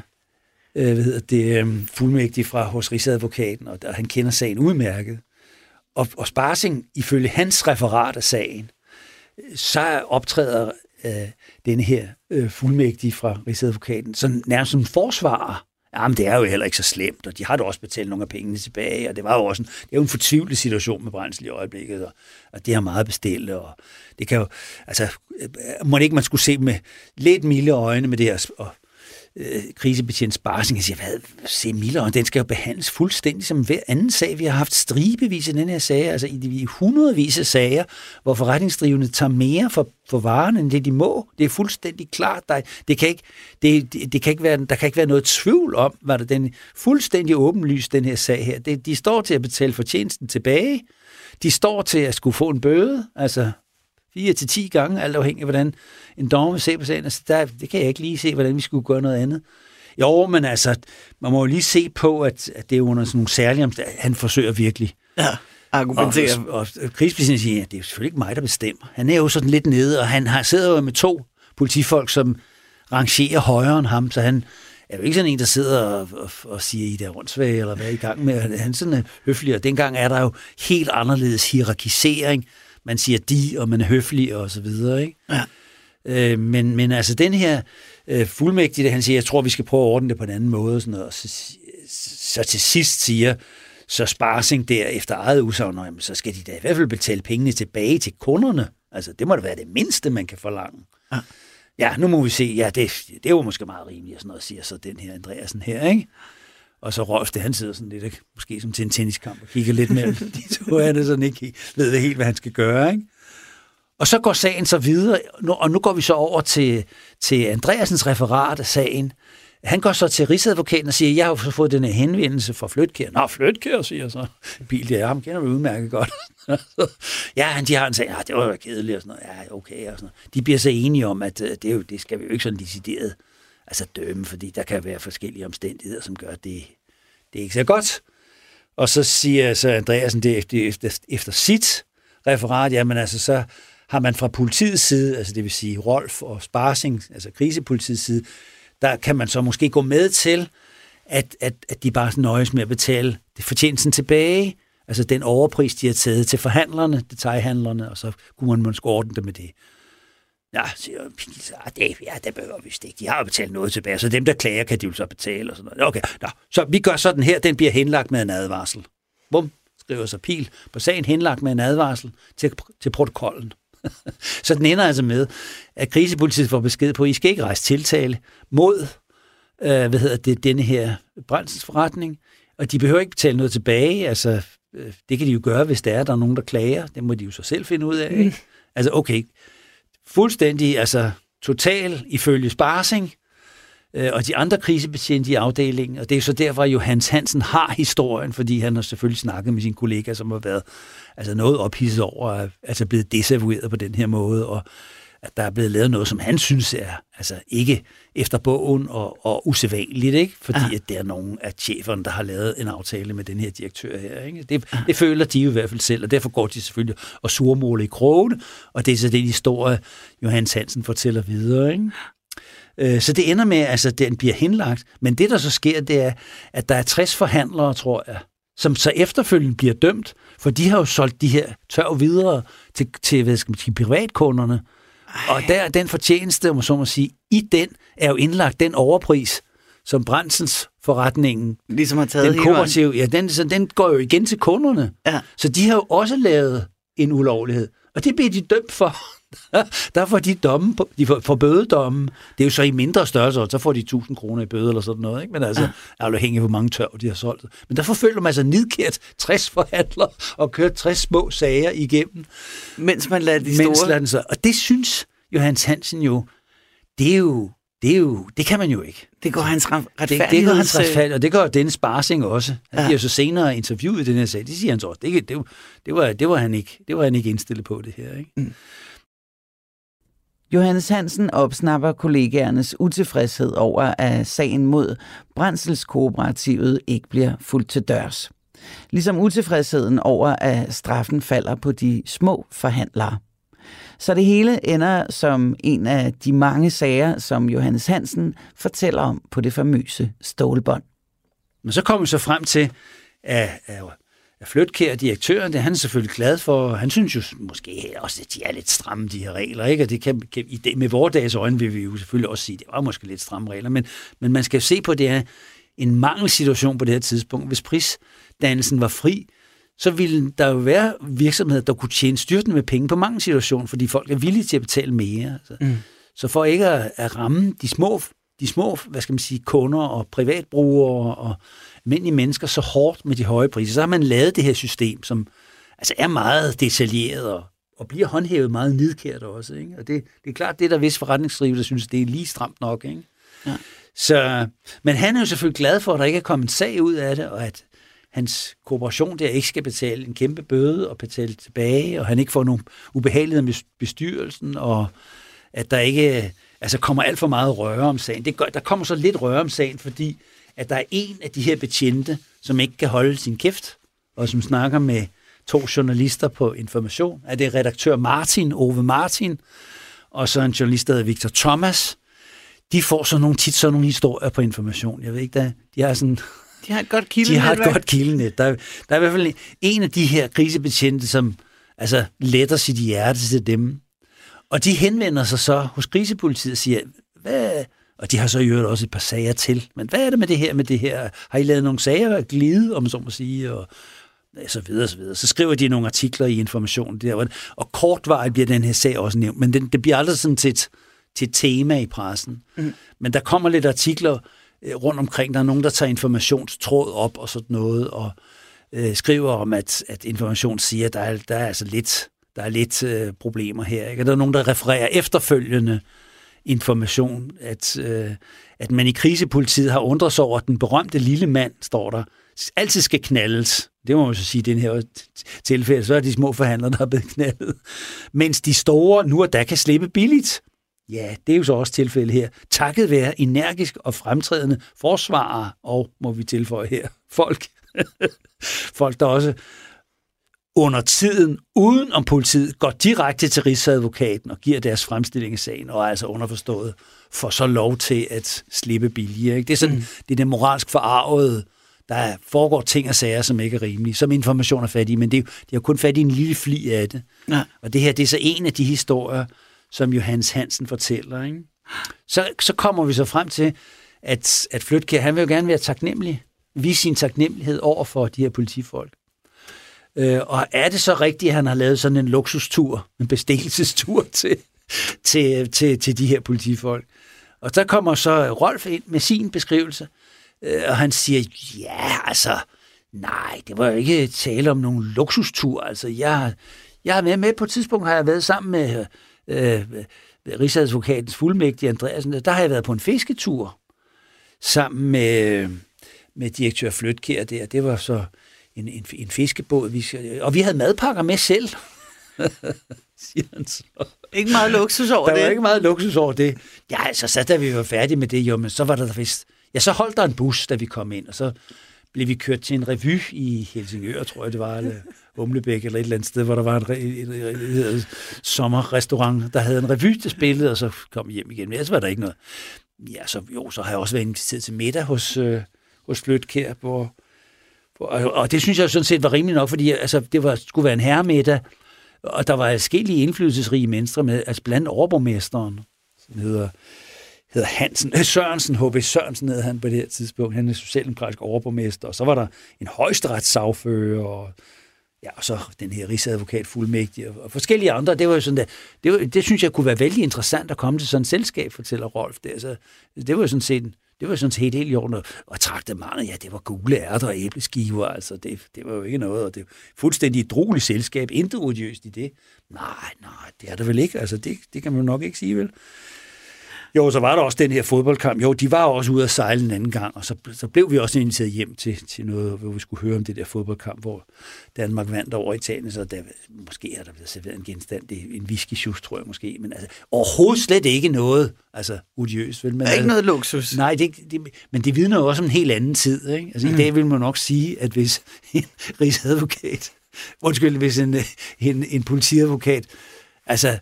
fuldmægtige fra hos rigsadvokaten, og han kender sagen udmærket. Og Sparsing, ifølge hans referat af sagen, så optræder denne her fuldmægtige fra rigsadvokaten så nærmest som forsvarer. Jamen, det er jo heller ikke så slemt, og de har da også betalt nogle af pengene tilbage, og det var jo også en fortvivlet situation med Brændsel i øjeblikket, og det har meget bestilt, og det kan jo, altså, må ikke man skulle se med lidt milde øjne med det her, og krisebetjent Sparsing, jeg siger, se milde øjne, den skal jo behandles fuldstændig som hver anden sag. Vi har haft stribevis af den her sag, altså i hundredvis af sager, hvor forretningsdrivende tager mere for varen, end det de må. Det er fuldstændig klart. Der kan ikke være noget tvivl om, hvad der den fuldstændig åbenlyst, den her sag her. De står til at betale fortjenesten tilbage. De står til at skulle få en bøde, altså 4-10 gange, alt afhængig af, hvordan en dommer vil se på sagen. Altså, det kan jeg ikke lige se, hvordan vi skulle gøre noget andet. Jo, men altså, man må jo lige se på, at det er under sådan nogle særlige omstændigheder. Han forsøger virkelig. Ja, argumentere. Og krigsbetjenten siger, at det er selvfølgelig ikke mig, der bestemmer. Han er jo sådan lidt nede, og han sidder jo med 2 politifolk, som rangerer højere end ham, så han er jo ikke sådan en, der sidder og siger, I der rundsvage, eller hvad er I gang med. Han er sådan høflig, og dengang er der jo helt anderledes hierarkisering. Man siger de, og man er høflig, og så videre, ikke? Ja. Men altså, den her fuldmægtige, han siger, jeg tror, vi skal prøve at ordne det på en anden måde, sådan noget, og så til sidst siger, så Sparsing der efter eget udsagn, så skal de da i hvert fald betale pengene tilbage til kunderne. Altså, det må da være det mindste, man kan forlange. Ja, ja, nu må vi se, ja, det er jo måske meget rimeligt, og sådan noget, siger så den her Andreasen her, ikke? Og så Rolf, han sidder sådan lidt, ikke? Måske som til en tenniskamp, og kigger lidt mellem de to, han er sådan ikke ved helt, hvad han skal gøre, ikke? Og så går sagen så videre, og nu går vi så over til Andreasens referat af sagen. Han går så til rigsadvokaten og siger, jeg har fået den her henvendelse fra Flytkjær. Nå, Flytkjær, siger så. Bil, det er ham, kender vi udmærket godt. Ja, de har en sag, det var jo kedeligt og sådan noget. Ja, okay, og sådan noget. De bliver så enige om, at det skal vi jo ikke sådan decideret dømme, fordi der kan være forskellige omstændigheder, som gør, at det er ikke så godt. Og så siger så Andreasen det efter sit referat, jamen altså så har man fra politiets side, altså det vil sige Rolf og Sparsing, altså krisepolitiets side, der kan man så måske gå med til, at de bare nøjes med at betale det fortjenesten tilbage, altså den overpris, de har taget til forhandlerne, detailhandlerne, og så kunne man måske ordne det med det. Ja, siger Pihl, det behøver vi ikke. De har jo betalt noget tilbage, så dem, der klager, kan de jo så betale og sådan noget. Okay, så vi gør sådan her, den bliver henlagt med en advarsel. Bum, skriver så Pihl på sagen, henlagt med en advarsel til protokollen. Så den ender altså med, at krisepolitiet får besked på, at I skal ikke rejse tiltale mod, denne her brændselsforretning, og de behøver ikke betale noget tilbage, altså det kan de jo gøre, hvis der er nogen, der klager, det må de jo så selv finde ud af, ikke? Altså okay, fuldstændig, altså total ifølge Sparsing, og de andre krisebetjente i afdelingen, og det er så derfor, at Johannes Hansen har historien, fordi han har selvfølgelig snakket med sine kollegaer, som har været noget ophidset over, at blevet desavoueret på den her måde, og at der er blevet lavet noget, som han synes er ikke efter bogen og usædvanligt, ikke? Fordi at det er nogen af cheferne, der har lavet en aftale med den her direktør her, ikke? Det føler de jo i hvert fald selv, og derfor går de selvfølgelig og surmåler i krogene, og det er så den historie, Johannes Hansen fortæller videre, ikke? Så det ender med, at den bliver henlagt, men det, der så sker, det er, at der er 60 forhandlere, tror jeg, som så efterfølgende bliver dømt, for de har jo solgt de her tørv videre til hvad skal man sige, privatkunderne. Og der den fortjeneste, om så må sige, i den er jo indlagt den overpris, som Brændselsforretningen ligesom har taget den kooperative, ja, den går jo igen til kunderne. Ja. Så de har jo også lavet en ulovlighed. Og det bliver de dømt for. Der får de domme, de får bødedomme. Det er jo så i mindre størrelse, så får de 1.000 kroner i bøde eller sådan noget. Ikke? Men altså, er jo hængig, hvor mange tørv de har solgt. Men der forfølger man altså nidkært 60 forhandlere og kører 60 små sager igennem. Mens man lader de store... Og det synes Johannes Hansen jo, det kan man jo ikke. Det går hans retfærdighed. Det går hans retfærdighed, og det gør Dennis Barsing også. Han bliver så senere interviewet i den her sag. Det siger han så, det var han ikke indstillet på det her. Ikke? Mm. Johannes Hansen opsnapper kollegaernes utilfredshed over, at sagen mod Brændselskooperativet ikke bliver fuldt til dørs. Ligesom utilfredsheden over, at straffen falder på de små forhandlere. Så det hele ender som en af de mange sager, som Johannes Hansen fortæller om på det famøse stålbånd. Men så kommer vi så frem til, at Fløtkjær, direktøren, det er han selvfølgelig glad for. Han synes jo måske også, at de er lidt stramme, de her regler. Ikke? Og det kan, med vores dages øjne vil vi jo selvfølgelig også sige, at det var måske lidt stramme regler. Men man skal se på, at det er en mangelsituation på det her tidspunkt. Hvis prisdannelsen var fri, så ville der jo være virksomheder, der kunne tjene styrtende med penge på mange situationer, fordi folk er villige til at betale mere. Så for ikke at ramme de små, hvad skal man sige, kunder og privatbrugere og almindelige mennesker så hårdt med de høje priser, så har man lavet det her system, som altså er meget detaljeret og bliver håndhævet meget nidkært også. Ikke? Og det er klart, det er der vist forretningsdrivere, der synes, det er lige stramt nok. Ikke? Ja. Men han er jo selvfølgelig glad for, at der ikke er kommet en sag ud af det, og at hans korporation der ikke skal betale en kæmpe bøde og betale tilbage, og han ikke får nogen ubehageligheder med bestyrelsen, og at der ikke kommer alt for meget røre om sagen. Der kommer så lidt røre om sagen, fordi at der er en af de her betjente, som ikke kan holde sin kæft, og som snakker med 2 journalister på Information. Er det redaktør Ove Martin, og så en journalist, der hedder Victor Thomas. De får så nogle historier på Information. Jeg ved ikke, de har et godt kildenet. Der er i hvert fald en af de her krisebetjente, som altså letter sit hjerte til dem. Og de henvender sig så hos krisepolitiet og siger, hvad? Og de har så i øvrigt også et par sager til. Men hvad er det med det her? Har I lavet nogle sager at glide, om så må sige, og så videre, så videre. Så skriver de nogle artikler i Information. Og kortvarigt bliver den her sag også nævnt, men det bliver aldrig sådan til et tema i pressen. Mm. Men der kommer lidt artikler rundt omkring. Der er nogen, der tager informationstråd op og sådan noget, og skriver om, at Information siger, at der er altså lidt problemer her. Ikke? Og der er nogen, der refererer efterfølgende Information, at man i krisepolitiet har undret sig over, at den berømte lille mand, står der, altid skal knaldes. Det må man så sige i den her tilfælde. Så er de små forhandlere, der er blevet knaldet. Mens de store nu og da kan slippe billigt. Ja, det er jo så også tilfældet her. Takket være energisk og fremtrædende forsvarere, og må vi tilføje her, folk der også under tiden, uden om politiet, går direkte til rigsadvokaten og giver deres fremstilling af sagen, og er altså underforstået, får så lov til at slippe billigere. Ikke? Det er sådan, det er det moralsk forarvede. Der foregår ting og sager, som ikke er rimelige, som Information er fat i, men de har kun fat i en lille fli af det. Ja. Og det her, det er så en af de historier, som Johannes Hansen fortæller. Ikke? Så kommer vi så frem til, at Fløtkjær, han vil jo gerne være taknemmelig, vise sin taknemmelighed over for de her politifolk. Og er det så rigtigt, at han har lavet sådan en luksustur, en bestikkelsestur til de her politifolk? Og der kommer så Rolf ind med sin beskrivelse, og han siger, nej, det var jo ikke tale om nogen luksustur. Altså, jeg har været med på et tidspunkt, har jeg været sammen med rigsadvokatens fuldmægtige Andreasen. Der har jeg været på en fisketur sammen med direktør Fløtkjær der. Det var så en fiskebåd, og vi havde madpakker med selv, siger han så. Ikke meget luksus over det. Der var ikke meget luksus over det. Ja, så da vi var færdige med det, jo, men så var der vist... Ja, så holdt der en bus, da vi kom ind, og så blev vi kørt til en revy i Helsingør, tror jeg det var, eller Humlebæk, eller et eller andet sted, hvor der var en sommerrestaurant, der havde en revy til spillet, og så kom vi hjem igen. Men ellers var der ikke noget. Ja, så har jeg også været inviteret til middag hos Fløtkjær, og det synes jeg sådan set var rimeligt nok, fordi altså, skulle være en herremiddag, og der var forskellige indflydelsesrige mennesker med, altså blandt overborgmesteren, som hedder Hansen, Sørensen, H.B. Sørensen hed han på det her tidspunkt. Han er socialdemokratisk overborgmester, og så var der en højesteretssagfører, og Ja, og så den her rigsadvokat fuldmægtig og forskellige andre. Det var jo sådan der, det synes jeg kunne være vældig interessant at komme til sådan et selskab, fortæller Rolf der. Så det var jo sådan set helt i orden. Og traktementet, ja, det var gule ærter og æbleskiver, altså det var jo ikke noget, og det var fuldstændig et droligt selskab, intet odiøst i det. Nej, det er det vel ikke, altså det kan man jo nok ikke sige, vel? Jo, så var der også den her fodboldkamp. Jo, de var også ude at sejle en anden gang, og så blev vi også inviteret hjem til noget, hvor vi skulle høre om det der fodboldkamp, hvor Danmark vandt over Italien, så måske er der blevet serveret en genstand, en whisky-shoes, tror jeg måske, men altså overhovedet slet ikke noget, altså odiøst, vel? Men, ikke noget luksus. Nej, men det vidner jo også om en helt anden tid, ikke? Altså i dag vil man nok sige, at hvis en rigsadvokat, hvis en politiadvokat, altså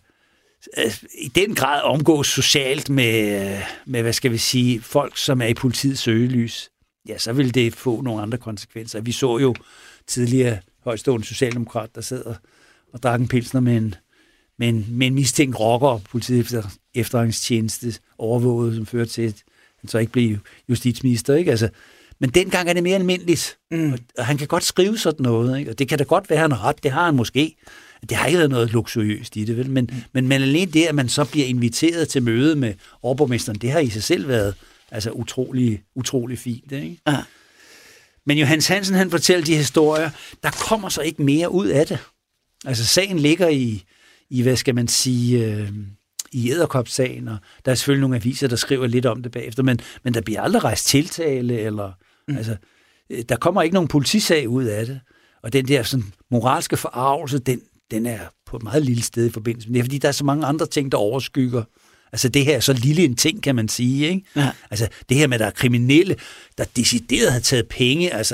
i den grad omgås socialt med, hvad skal vi sige, folk, som er i politiets søgelys, ja, så vil det få nogle andre konsekvenser. Vi så jo tidligere højtstående socialdemokrat, der sidder og drak en pilsner med en mistænkt rocker, og politiets efterretningstjeneste overvåget, som førte til, at han så ikke blev justitsminister, ikke? Altså, men dengang er det mere almindeligt, og han kan godt skrive sådan noget, ikke? Og det kan da godt være, han har ret, det har han måske. Det har ikke været noget luksuriøst i det, vel? Men alene det, at man så bliver inviteret til møde med overborgmesteren, det har i sig selv været altså utrolig fint, ikke? Ja. Men Johannes Hansen, han fortæller de historier, der kommer så ikke mere ud af det. Altså sagen ligger i hvad skal man sige, i Edderkop-sagen, og der er selvfølgelig nogle aviser, der skriver lidt om det bagefter, men der bliver aldrig rejst tiltale, eller altså, der kommer ikke nogen politisag ud af det. Og den der sådan moralske forarvelse, den er på et meget lille sted i forbindelse med det, fordi der er så mange andre ting, der overskygger. Altså det her er så lille en ting, kan man sige, ikke? Ja. Altså det her med, at der er kriminelle, der decideret har taget penge, altså,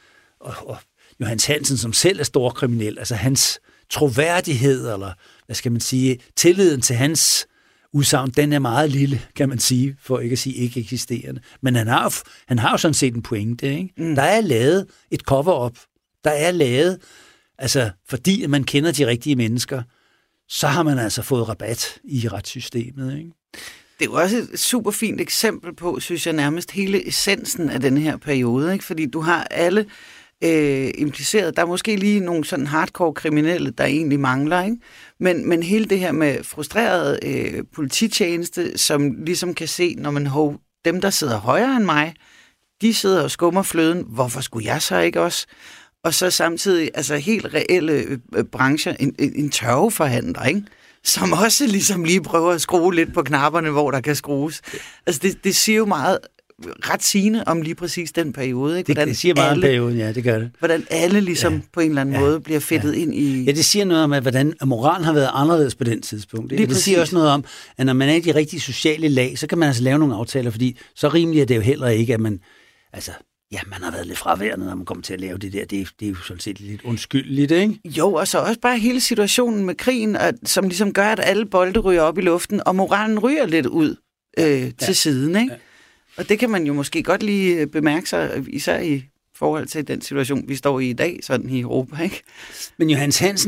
og Johannes Hansen, som selv er stor kriminel, altså hans troværdighed, eller hvad skal man sige, tilliden til hans udsagn, den er meget lille, kan man sige, for ikke at sige ikke eksisterende. Men han har jo sådan set en pointe, ikke? Der er lavet et cover-up, der er lavet, altså fordi at man kender de rigtige mennesker, så har man altså fået rabat i retssystemet, ikke? Det er jo også et super fint eksempel på, synes jeg, nærmest hele essensen af den her periode, ikke? Fordi du har alle impliceret. Der er måske lige nogle sådan hardcore kriminelle, der egentlig mangler, ikke? Men hele det her med frustreret polititjeneste, som ligesom kan se, når man dem, der sidder højere end mig, de sidder og skummer fløden. Hvorfor skulle jeg så ikke også? Og så samtidig altså helt reelle brancher, en tørveforhandler, ikke? Som også ligesom lige prøver at skrue lidt på knapperne, hvor der kan skrues. Altså det siger jo meget ret sigende om lige præcis den periode, ikke? Det siger meget om perioden, ja, det gør det. Hvordan alle ligesom på en eller anden måde bliver fedtet ind i... Ja, det siger noget om, at hvordan moralen har været anderledes på den tidspunkt. Det siger også noget om, at når man er i de rigtige sociale lag, så kan man altså lave nogle aftaler, fordi så rimeligt er det jo heller ikke, at man... Altså, ja, man har været lidt fraværende, når man kommer til at lave det der. Det er jo sådan set lidt undskyldeligt, ikke? Jo, og så også bare hele situationen med krigen, som ligesom gør, at alle bolde ryger op i luften, og moralen ryger lidt ud til siden, ikke? Ja. Og det kan man jo måske godt lige bemærke sig, især i forhold til den situation, vi står i dag, sådan i Europa, ikke? Men Johannes Hansen,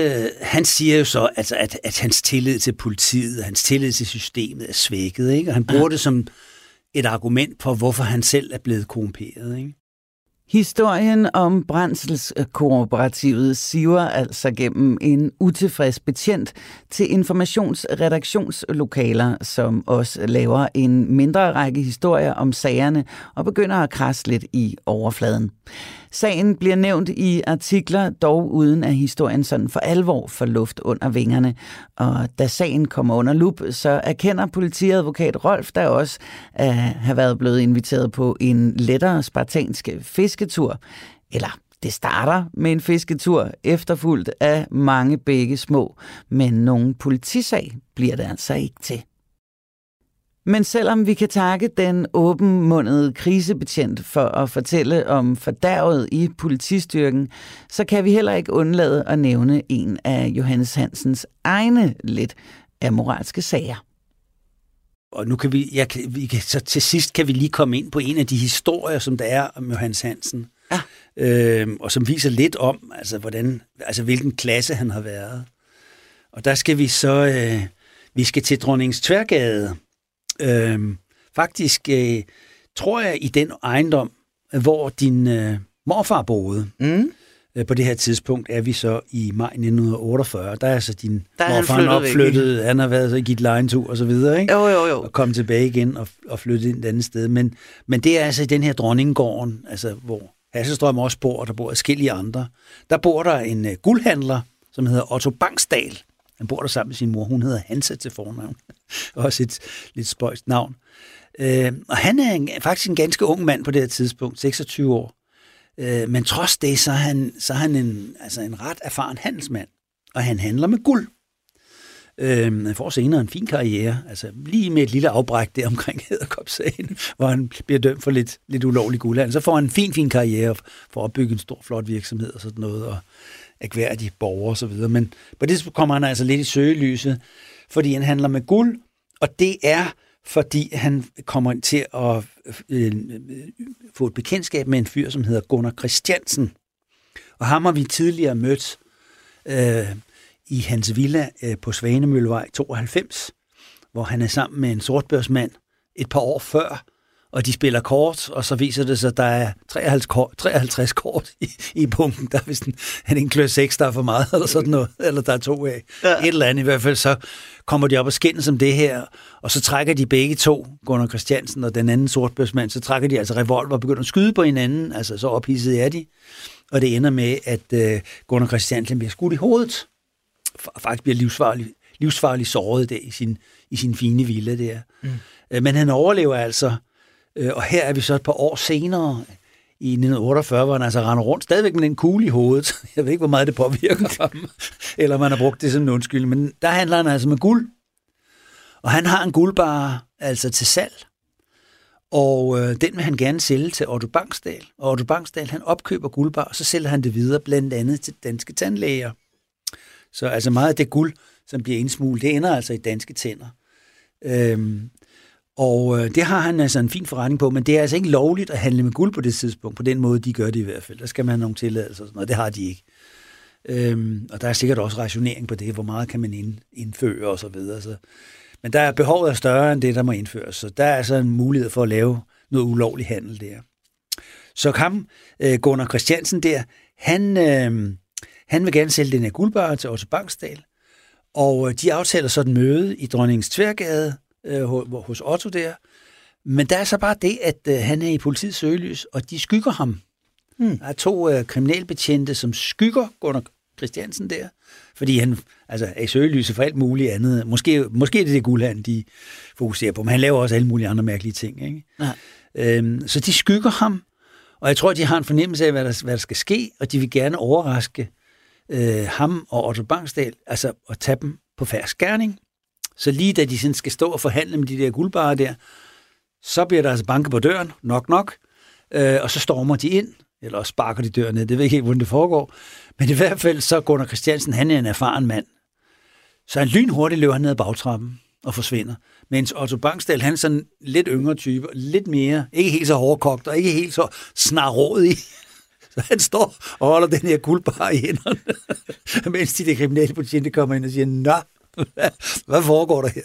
han siger jo så, altså, at hans tillid til politiet, hans tillid til systemet er svækket, ikke? Og han bruger det som et argument for, hvorfor han selv er blevet korrumperet, ikke? Historien om Brændselskooperativet siver altså gennem en utilfreds betjent til informationsredaktionslokaler, som også laver en mindre række historier om sagerne og begynder at krasse lidt i overfladen. Sagen bliver nævnt i artikler, dog uden at historien sådan for alvor får luft under vingerne. Og da sagen kommer under lup, så erkender politiadvokat Rolf der også at have været blevet inviteret på en lettere spartansk fisketur. Eller det starter med en fisketur, efterfulgt af mange bække små, men nogen politisag bliver det altså ikke til. Men selvom vi kan takke den åbenmundede krisebetjent for at fortælle om fordærvet i politistyrken, så kan vi heller ikke undlade at nævne en af Johannes Hansens egne lidt amoralske sager. Og nu kan så til sidst kan vi lige komme ind på en af de historier, som der er om Johannes Hansen, og som viser lidt om, altså hvilken klasse han har været. Og der skal vi så, vi skal til Dronningens Tværgade. Faktisk tror jeg i den ejendom, hvor din morfar boede. På det her tidspunkt er vi så i maj 1948. Der er så din morfar opflyttet. Han har været så i givet lejentur og så videre, ikke? Jo. Og kom tilbage igen og flyttet ind et andet sted. Men det er altså i den her Dronninggården, altså hvor Hasselstrøm også bor, og der bor adskillige andre. Der bor der en guldhandler, som hedder Otto Bangsdal. Han bor der sammen med sin mor. Hun hedder Hansa til fornavn. Også et lidt spøjst navn. Og han er faktisk en ganske ung mand på det her tidspunkt, 26 år. Men trods det, så er han en ret erfaren handelsmand, og han handler med guld. Han får senere en fin karriere, altså lige med et lille afbræk der omkring Edderkop-sagen, hvor han bliver dømt for lidt ulovlig guldhandel. Så får han en fin karriere for at opbygge en stor, flot virksomhed og sådan noget, og agværdige borgere og så videre. Men på det kommer han altså lidt i søgelyset, fordi han handler med guld, og det er fordi han kommer til at få et bekendtskab med en fyr, som hedder Gunnar Christiansen. Og ham har vi tidligere mødt i hans villa på Svanemøllevej 92, hvor han er sammen med en sortbørsmand et par år før, og de spiller kort, og så viser det sig, at der er 53 kort i bunken. Der er vist en kløs 6, der er for meget, eller sådan noget, eller der er 2 af. Ja. Et eller andet i hvert fald, så kommer de op og skændes om det her, og så trækker de begge to, Gunnar Christiansen og den anden sortbørsmand, så trækker de altså revolver og begynder at skyde på hinanden, altså så ophidset er de, og det ender med, at Gunnar Christiansen bliver skudt i hovedet, faktisk bliver livsfarligt såret der i sin fine villa der. Men han overlever altså. Og her er vi så et par år senere, i 1948, hvor han altså render rundt, stadigvæk med en kugle i hovedet. Jeg ved ikke, hvor meget det påvirker ham, eller man har brugt det som en undskyldning, men der handler han altså med guld. Og han har en guldbar altså til salg, og den vil han gerne sælge til Otto Bangsdal. Og Otto Bangsdal, han opkøber guldbar, og så sælger han det videre, blandt andet til danske tandlæger. Så altså meget af det guld, som bliver indsmuglet, det ender altså i danske tænder. Og det har han altså en fin forretning på, men det er altså ikke lovligt at handle med guld på det tidspunkt. På den måde, de gør det i hvert fald. Der skal man have nogle tilladelser og sådan noget. Det har de ikke. Og der er sikkert også rationering på det. Hvor meget kan man indføre og så videre. Så. Men der er behovet er større end det, der må indføres. Så der er altså en mulighed for at lave noget ulovlig handel der. Så ham, Gunnar Christiansen der, han vil gerne sælge den her guldbar til Otto Bangsdal. Og de aftaler så et møde i Dronningens Tværgade, hos Otto der. Men der er så bare det, at han er i politiets søgelys, og de skygger ham. Der er 2 kriminalbetjente, som skygger Gunnar Christiansen der, fordi han altså, er i søgelyset for alt muligt andet. Måske er det guldhandel, de fokuserer på, men han laver også alle mulige andre mærkelige ting. Ikke? Ja. Så de skygger ham, og jeg tror, de har en fornemmelse af, hvad der skal ske, og de vil gerne overraske ham og Otto Bangsdal, altså at tage dem på fersk gerning. Så lige da de sådan skal stå og forhandle med de der guldbarer der, så bliver der altså banket på døren, nok, og så stormer de ind, eller sparker de døren ned, det ved jeg ikke, hvordan det foregår. Men i hvert fald så Gunnar Christiansen, han er en erfaren mand. Så han lynhurtigt løber ned ad bagtrappen og forsvinder. Mens Otto Bangsdal, han er sådan lidt yngre type, lidt mere, ikke helt så hårdkogt, og ikke helt så snarrådig. Så han står og holder den her guldbar i hænderne, mens de der kriminelle betjente kommer ind og siger, nå, hvad foregår der her?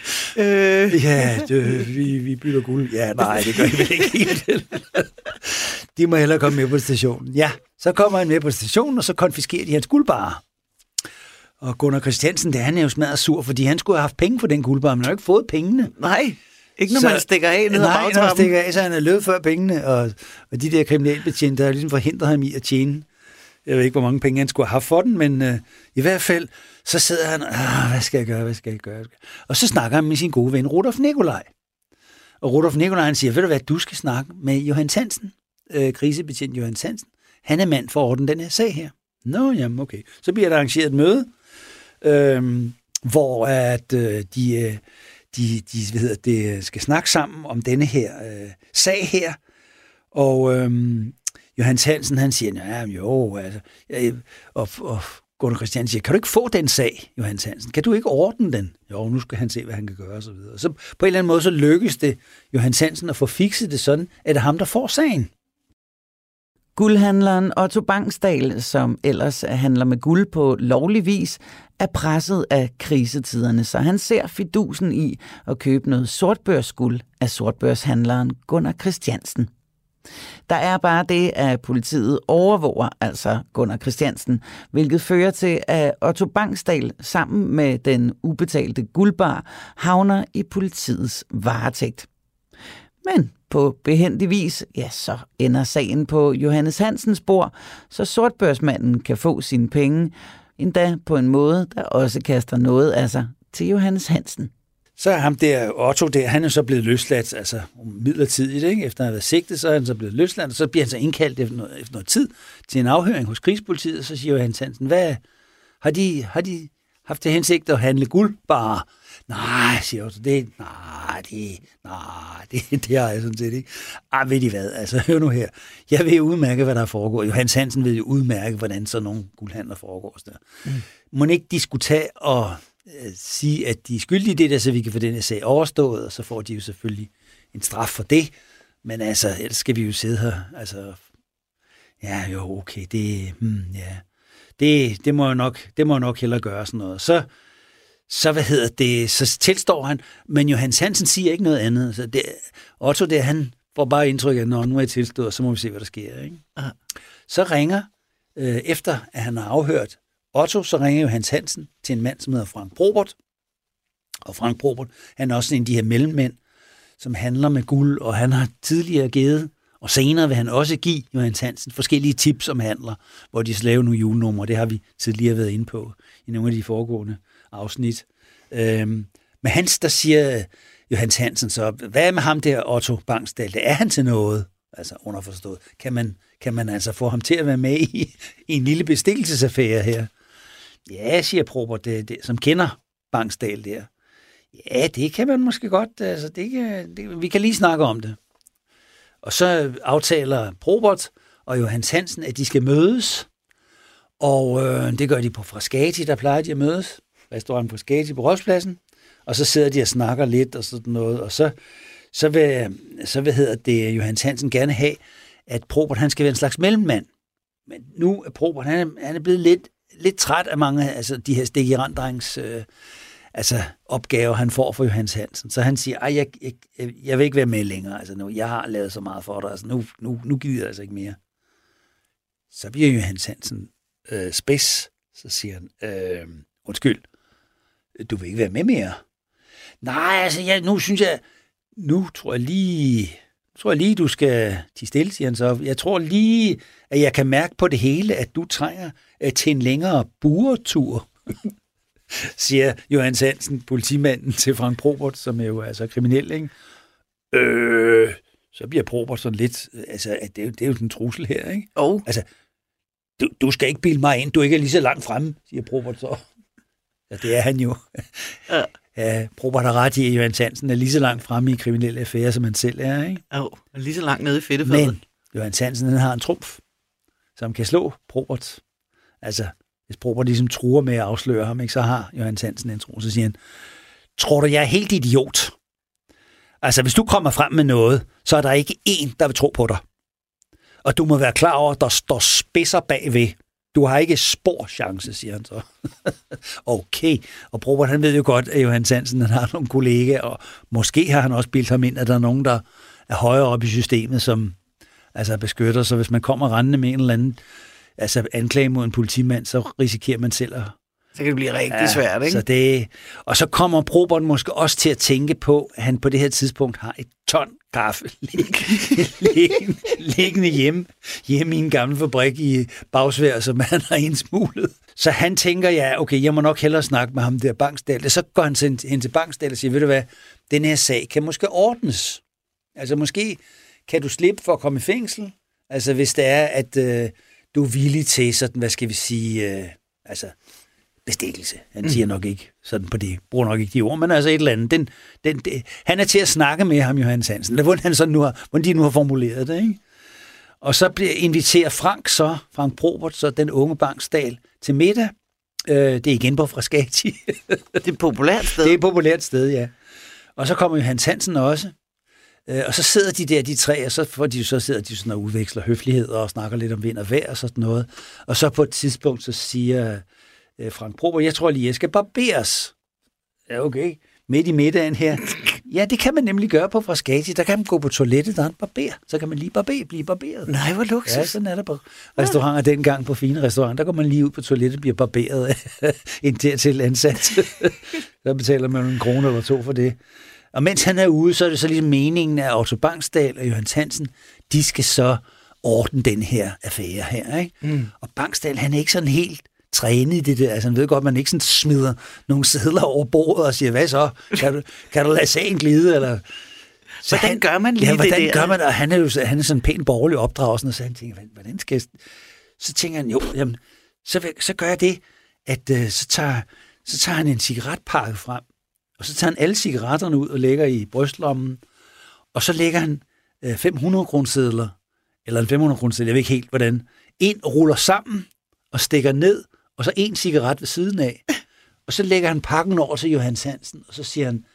Vi bytter guld. Ja, nej, det gør I vel ikke helt. De må hellere komme med på stationen. Ja, så kommer han med på stationen, og så konfiskerer de hans guldbar. Og Gunnar Christiansen, han er jo smadret sur, fordi han skulle have haft penge for den guldbar, men han har ikke fået pengene. Nej, ikke når man stikker af ned ad bagtrappen. Nej, når man stikker af, så han er løbet før pengene, og de der kriminalbetjente har ligesom forhindret ham i at tjene. Jeg ved ikke, hvor mange penge han skulle have haft for den, men i hvert fald, så sidder han, hvad skal jeg gøre? Og så snakker han med sin gode ven, Rudolf Nikolaj. Og Rudolf Nikolaj, han siger, ved du hvad, du skal snakke med Johannes Hansen, krisebetjent Johannes Hansen. Han er mand for at ordne den her sag her. Nå, jamen okay. Så bliver der arrangeret et møde, hvor at de skal snakke sammen om denne her sag her. Og Johannes Hansen, han siger, og Gunnar Christiansen siger, kan du ikke få den sag, Johannes Hansen? Kan du ikke ordne den? Jo, nu skal han se, hvad han kan gøre, og så videre. Så på en eller anden måde, så lykkes det Johannes Hansen at få fikset det sådan, at det er ham, der får sagen. Guldhandleren Otto Bangsdal, som ellers handler med guld på lovlig vis, er presset af krisetiderne, så han ser fidusen i at købe noget sortbørsguld af sortbørshandleren Gunnar Christiansen. Der er bare det, at politiet overvåger altså Gunnar Christiansen, hvilket fører til, at Otto Bangsdal sammen med den ubetalte guldbar havner i politiets varetægt. Men på behændig vis, ja, så ender sagen på Johannes Hansens bord, så sortbørsmanden kan få sine penge, endda på en måde, der også kaster noget af sig til Johannes Hansen. Så er ham der, Otto der, han er så blevet løsladt, altså midlertidigt, ikke? Efter at have været sigtet, så er han så blevet løsladt, og så bliver han så indkaldt efter noget tid til en afhøring hos krigspolitiet, og så siger Johannes Hansen, hvad har de haft til hensigt at handle guldbarer? Nej, siger Otto, det har jeg sådan set ikke. Ved de hvad, altså hør nu her, jeg ved udmærke, hvad der foregår. Johannes Hansen ved jo udmærke, hvordan sådan nogle guldhandler foregår. Må ikke de skulle tage og sige, at de er skyldige i det der, så vi kan få den her sag overstået, og så får de jo selvfølgelig en straf for det. Men altså, ellers skal vi jo sidde her. Altså, ja, jo, okay, det må jo nok hellere gøre sådan noget. Så tilstår han, men Johannes Hansen siger ikke noget andet. Så Otto der, han får bare indtryk af, når nu er jeg tilstået, så må vi se, hvad der sker. Ikke? Så ringer, efter at han har afhørt Otto, så ringer Johannes Hansen til en mand, som hedder Frank Probert. Og Frank Probert, han er også en af de her mellemmænd, som handler med guld, og han har tidligere givet, og senere vil han også give Johannes Hansen forskellige tips om handler, hvor de laver nogle julenumre. Det har vi tidligere været inde på i nogle af de foregående afsnit. Men der siger Johannes Hansen så, hvad er med ham der, Otto Bangsdal? Er han til noget? Altså underforstået. Kan man altså få ham til at være med i en lille bestikkelsesaffære her? Ja, siger Probert, det, som kender Bangsdal der. Ja, det kan man måske godt. Altså, vi kan lige snakke om det. Og så aftaler Probert og Johannes Hansen, at de skal mødes. Og det gør de på Frascati, der plejer de at mødes. Restaurant Frascati på Rådspladsen. Og så sidder de og snakker lidt og sådan noget. Og så vil Johannes Hansen gerne have, at Probert, han skal være en slags mellemmand. Men nu er Probert, han er blevet lidt træt af mange af de her Stig-Randrengs opgaver, han får for Johannes Hansen. Så han siger, jeg vil ikke være med længere. Altså nu, jeg har lavet så meget for dig. Altså nu gider jeg altså ikke mere. Så bliver Johannes Hansen spids. Så siger han, undskyld, du vil ikke være med mere? Nej, altså nu tror jeg lige, du skal til stille, siger han så. Jeg tror lige, at jeg kan mærke på det hele, at du trænger til en længere buretur, siger Johannes Hansen, politimanden, til Frank Probert, som er jo altså kriminel, ikke? Så bliver Probert sådan lidt, altså, at det er jo en trussel her, ikke? Altså, du skal ikke bilde mig ind, du ikke er lige så langt fremme, siger Probert så. Ja, det er han jo. Ja, Probert har ret i, at Johannes Hansen er lige så langt fremme i kriminelle affærer, som han selv er, ikke? Lige så langt nede i fedtefadet. Men Johannes Hansen, han har en trumf, som kan slå Probert. Altså, hvis Probert ligesom truer med at afsløre ham, ikke, så har Johannes Hansen en tro. Så siger han, tror du, jeg er helt idiot? Altså, hvis du kommer frem med noget, så er der ikke én, der vil tro på dig. Og du må være klar over, at der står spidser bagved. Du har ikke spor chance, siger han så. Okay. Og Probert, han ved jo godt, at Johannes Hansen han har nogle kollegaer, og måske har han også bildt ham ind, at der er nogen, der er højere op i systemet, som altså beskytter. Så hvis man kommer rendende med en eller anden anklage mod en politimand, så risikerer man selv at... Så kan det blive rigtig svært, ikke? Og så kommer Probert måske også til at tænke på, at han på det her tidspunkt har et ton kaffe liggende hjemme i en gammel fabrik i Bagsværd, som han har indsmuglet. Så han tænker, okay, jeg må nok hellere snakke med ham der Bangsdal. Så går han hen til Bangsdal og siger, ved du hvad, den her sag kan måske ordnes. Altså måske kan du slippe for at komme i fængsel, altså hvis det er, at du er villig til sådan, hvad skal vi sige, bestikkelse. Han siger nok ikke sådan på det, bruger nok ikke de ord, men altså et eller andet. Han er til at snakke med ham, Johannes Hansen, hvordan de nu har formuleret det, ikke? Og så inviterer Frank Probert, så den unge Bangsdal, til middag. Det er igen på Frascati. Det er et populært sted. Det er et populært sted, ja. Og så kommer Johannes Hansen også. Og så sidder de tre, og så sidder de sådan og udveksler høfligheder og snakker lidt om vind og vejr og sådan noget. Og så på et tidspunkt, så siger Frank Probert, jeg tror lige, jeg skal barberes. Ja, okay. midt i middagen her. Ja, det kan man nemlig gøre på Frascati. Der kan man gå på toilettet, der er en barber. Så kan man lige blive barberet. Nej, hvor luksus. Ja, sådan er der på restauranter dengang, på fine restauranter. Der går man lige ud på toilettet og bliver barberet af en dertil ansat. Der betaler man 1 krone eller 2 for det. Og mens han er ude, så er det så ligesom meningen, at Otto Bangsdal og Johannes Hansen, de skal så ordne den her affære her, ikke? Mm. Og Bangsdal, han er ikke sådan helt trænet i det der. Altså, han ved godt, man ikke sådan smider nogle sedler over bordet og siger, hvad så? Kan du lade sagen glide? Eller... Så hvordan gør man lige det der? Ja, hvordan gør man? Og han er sådan en pæn borgerlig opdragelsen, og så han tænker, hvordan skal jeg... Så tænker han, jo, jamen, så gør jeg det, at så tager han en cigaretpakke frem, og så tager han alle cigaretterne ud og lægger i brystlommen, og så lægger han 500-kronesedler, eller en 500-kroneseddel, jeg ved ikke helt, hvordan, ind og ruller sammen, og stikker ned, og så 1 cigaret ved siden af. Og så lægger han pakken over til Johannes Hansen, og så siger han,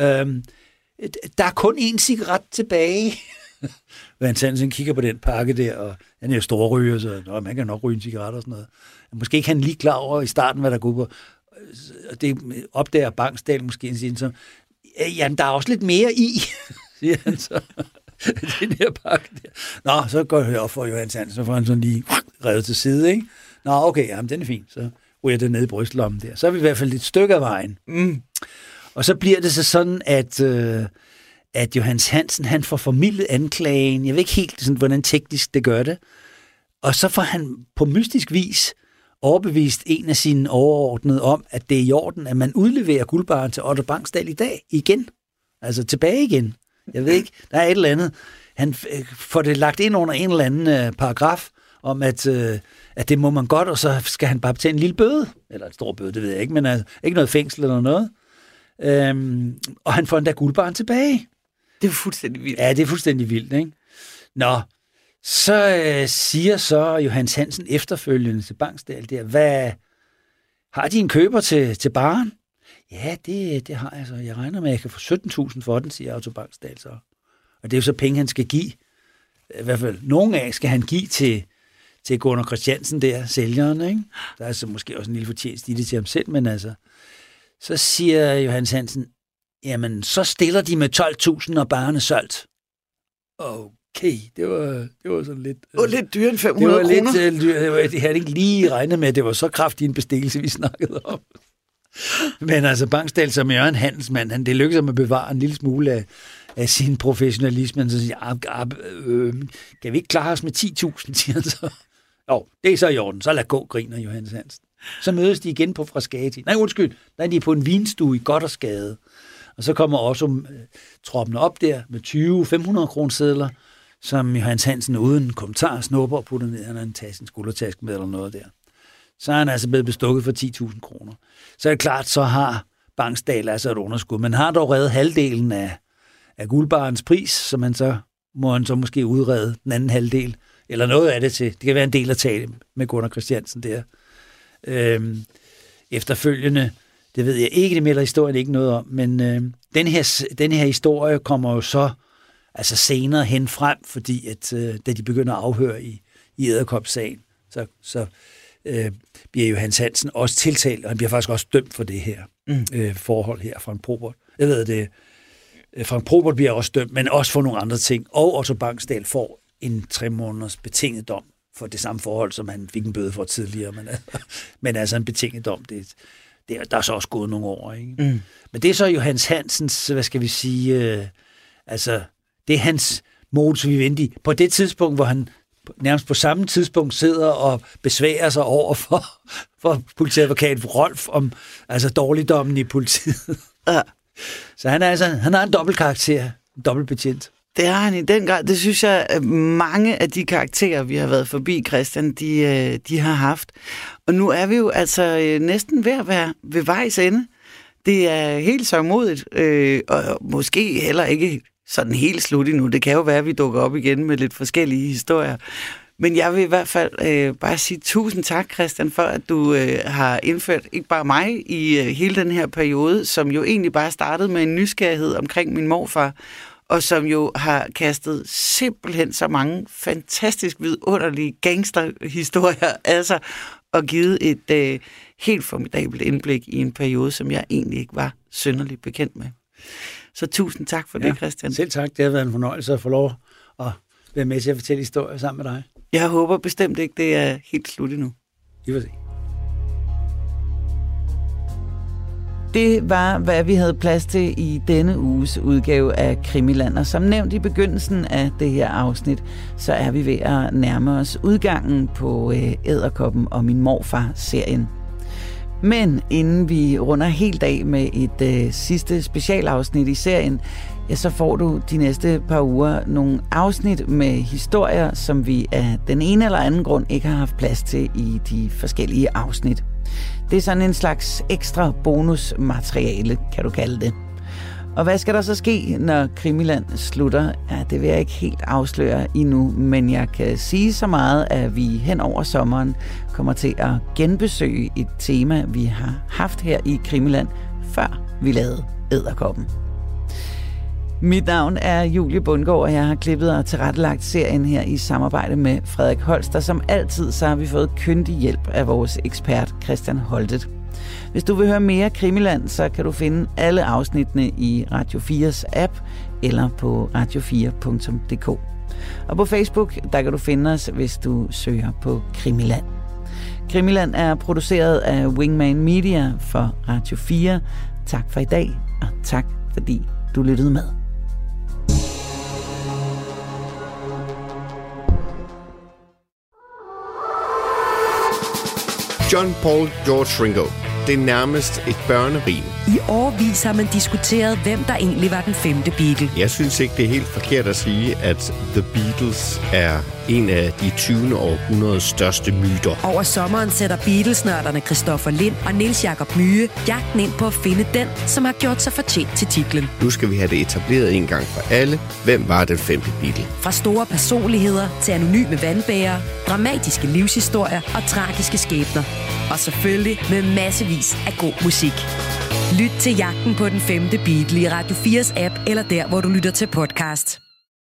der er kun 1 cigaret tilbage. Johannes Hansen kigger på den pakke der, og han er jo storryger, så man kan nok ryge en cigaret og sådan noget. Måske ikke han lige klar over i starten, hvad der går på. Det opdager Bangsdal måske en så, jamen, der er også lidt mere i, siger han så. Den her pakke der. Nå, så går det op for Johannes Hansen, så får han sådan lige revet til side, ikke? Nå, okay, jamen, den er fin. Så ryger det ned i brystlommen der. Så er vi i hvert fald et stykke af vejen. Mm. Og så bliver det så sådan, at Johannes Hansen, han får formidlet anklagen. Jeg ved ikke helt, sådan, hvordan teknisk det gør det. Og så får han på mystisk vis overbevist en af sine overordnede om, at det er i orden, at man udleverer guldbarren til Otto Bangsdal i dag igen. Altså tilbage igen. Jeg ved ikke, der er et eller andet. Han får det lagt ind under en eller anden paragraf, om at det må man godt, og så skal han bare betale en lille bøde. Eller et stor bøde, det ved jeg ikke, men altså, ikke noget fængsel eller noget. Og han får endda guldbarren tilbage. Det er fuldstændig vildt. Ja, det er fuldstændig vildt, ikke? Nå, så siger så Johannes Hansen efterfølgende til Bangsdal der, hvad har de en køber til baren? Ja, det har jeg så. Jeg regner med, at jeg kan få 17.000 for den, siger Otto Bangsdal så. Og det er jo så penge, han skal give. I hvert fald nogle af skal han give til Gunnar Christiansen der, sælgeren, ikke? Der er så måske også en lille fortjeneste i det til ham selv, men altså. Så siger Johannes Hansen, jamen, så stiller de med 12.000, og baren er solgt. Okay, det var sådan lidt... Det var lidt dyrt end 500 kroner. Det var lidt jeg havde ikke lige regnet med, at det var så kraftig en bestikkelse, vi snakkede om. Men altså, Bangsdal, som er en handelsmand, det lykkedes ham at bevare en lille smule af sin professionalisme. Så siger kan vi ikke klare os med 10.000, siger han så. Jo, det er så i orden. Så lad gå, griner Johannes Hansen. Så mødes de igen på Frascati. Nej, undskyld, der er de på en vinstue i Gothersgade. Og så kommer også troppene op der med 20 500-kronesedler, som Johannes Hansen uden kommentar snupper og putter ned. Han har en skuldertaske med eller noget der. Så er han altså blevet bestukket for 10.000 kroner. Så er det klart, så har Bangsdal altså et underskud. Men har dog reddet halvdelen af guldbarens pris, så må han så måske udrede den anden halvdel. Eller noget af det til. Det kan være en del at tale med Gunnar Christiansen der. Efterfølgende, det ved jeg ikke, det melder historien ikke noget om, men den her historie kommer jo så altså senere hen frem, fordi at da de begynder at afhøre i Edderkop-sagen, så bliver Johannes Hansen også tiltalt, og han bliver faktisk også dømt for det her forhold her. Frank Probert. Jeg ved det. Frank Probert bliver også dømt, men også for nogle andre ting. Og Otto Bangsdal får en 3 måneders betinget dom for det samme forhold, som han fik en bøde for tidligere. Men altså en betinget dom, der er så også gået nogle år. Ikke? Mm. Men det er så Johannes Hansens, hvad skal vi sige, altså det er hans modus vivendi. På det tidspunkt, hvor han nærmest på samme tidspunkt sidder og besværer sig over for politiadvokat Rolf om altså dårligdommen i politiet. Ja. Så han har en dobbeltkarakter, en dobbeltbetjent. Det har han i den grad. Det synes jeg, at mange af de karakterer, vi har været forbi, Christian, de har haft. Og nu er vi jo altså næsten ved at være ved vejs ende. Det er helt sørgmodigt, og måske heller ikke sådan helt slut endnu. Det kan jo være, at vi dukker op igen med lidt forskellige historier. Men jeg vil i hvert fald bare sige tusind tak, Christian, for at du har indført ikke bare mig i hele den her periode, som jo egentlig bare startede med en nysgerrighed omkring min morfar, og som jo har kastet simpelthen så mange fantastisk vidunderlige gangsterhistorier. Altså, og givet et helt formidabelt indblik i en periode, som jeg egentlig ikke var synderligt bekendt med. Så tusind tak for det, Christian. Selv tak. Det har været en fornøjelse at få lov at være med til at fortælle historier sammen med dig. Jeg håber bestemt ikke, det er helt slut endnu. Vi får se. Det var, hvad vi havde plads til i denne uges udgave af Krimiland. Og som nævnt i begyndelsen af det her afsnit, så er vi ved at nærme os udgangen på Edderkoppen og min morfar-serien. Men inden vi runder helt af med et sidste specialafsnit i serien, ja, så får du de næste par uger nogle afsnit med historier, som vi af den ene eller anden grund ikke har haft plads til i de forskellige afsnit. Det er sådan en slags ekstra bonusmateriale, kan du kalde det. Og hvad skal der så ske, når Krimiland slutter? Ja, det vil jeg ikke helt afsløre endnu, men jeg kan sige så meget, at vi hen over sommeren kommer til at genbesøge et tema, vi har haft her i Krimiland, før vi lavede Edderkoppen. Mit navn er Julie Bundgaard, og jeg har klippet og tilrettelagt serien her i samarbejde med Frederik Holst, som altid så har vi fået kyndig hjælp af vores ekspert Christian Holtet. Hvis du vil høre mere Krimiland, så kan du finde alle afsnittene i Radio 4's app eller på radio4.dk. Og på Facebook, der kan du finde os, hvis du søger på Krimiland. Krimiland er produceret af Wingman Media for Radio 4. Tak for i dag, og tak fordi du lyttede med. John Paul George Ringo. Det er nærmest et børnerim. I årevis har man diskuteret, hvem der egentlig var den femte Beatle. Jeg synes ikke, det er helt forkert at sige, at The Beatles er en af de 20. århundredes største myter. Over sommeren sætter Beatles-nørderne Christoffer Lind og Niels Jakob Myhe jagten ind på at finde den, som har gjort sig fortjent til titlen. Nu skal vi have det etableret en gang for alle. Hvem var den femte Beatle? Fra store personligheder til anonyme vandbærere, dramatiske livshistorier og tragiske skæbner. Og selvfølgelig med massevis af god musik. Lyt til jagten på den femte Beatle i Radio 4's app eller der, hvor du lytter til podcast.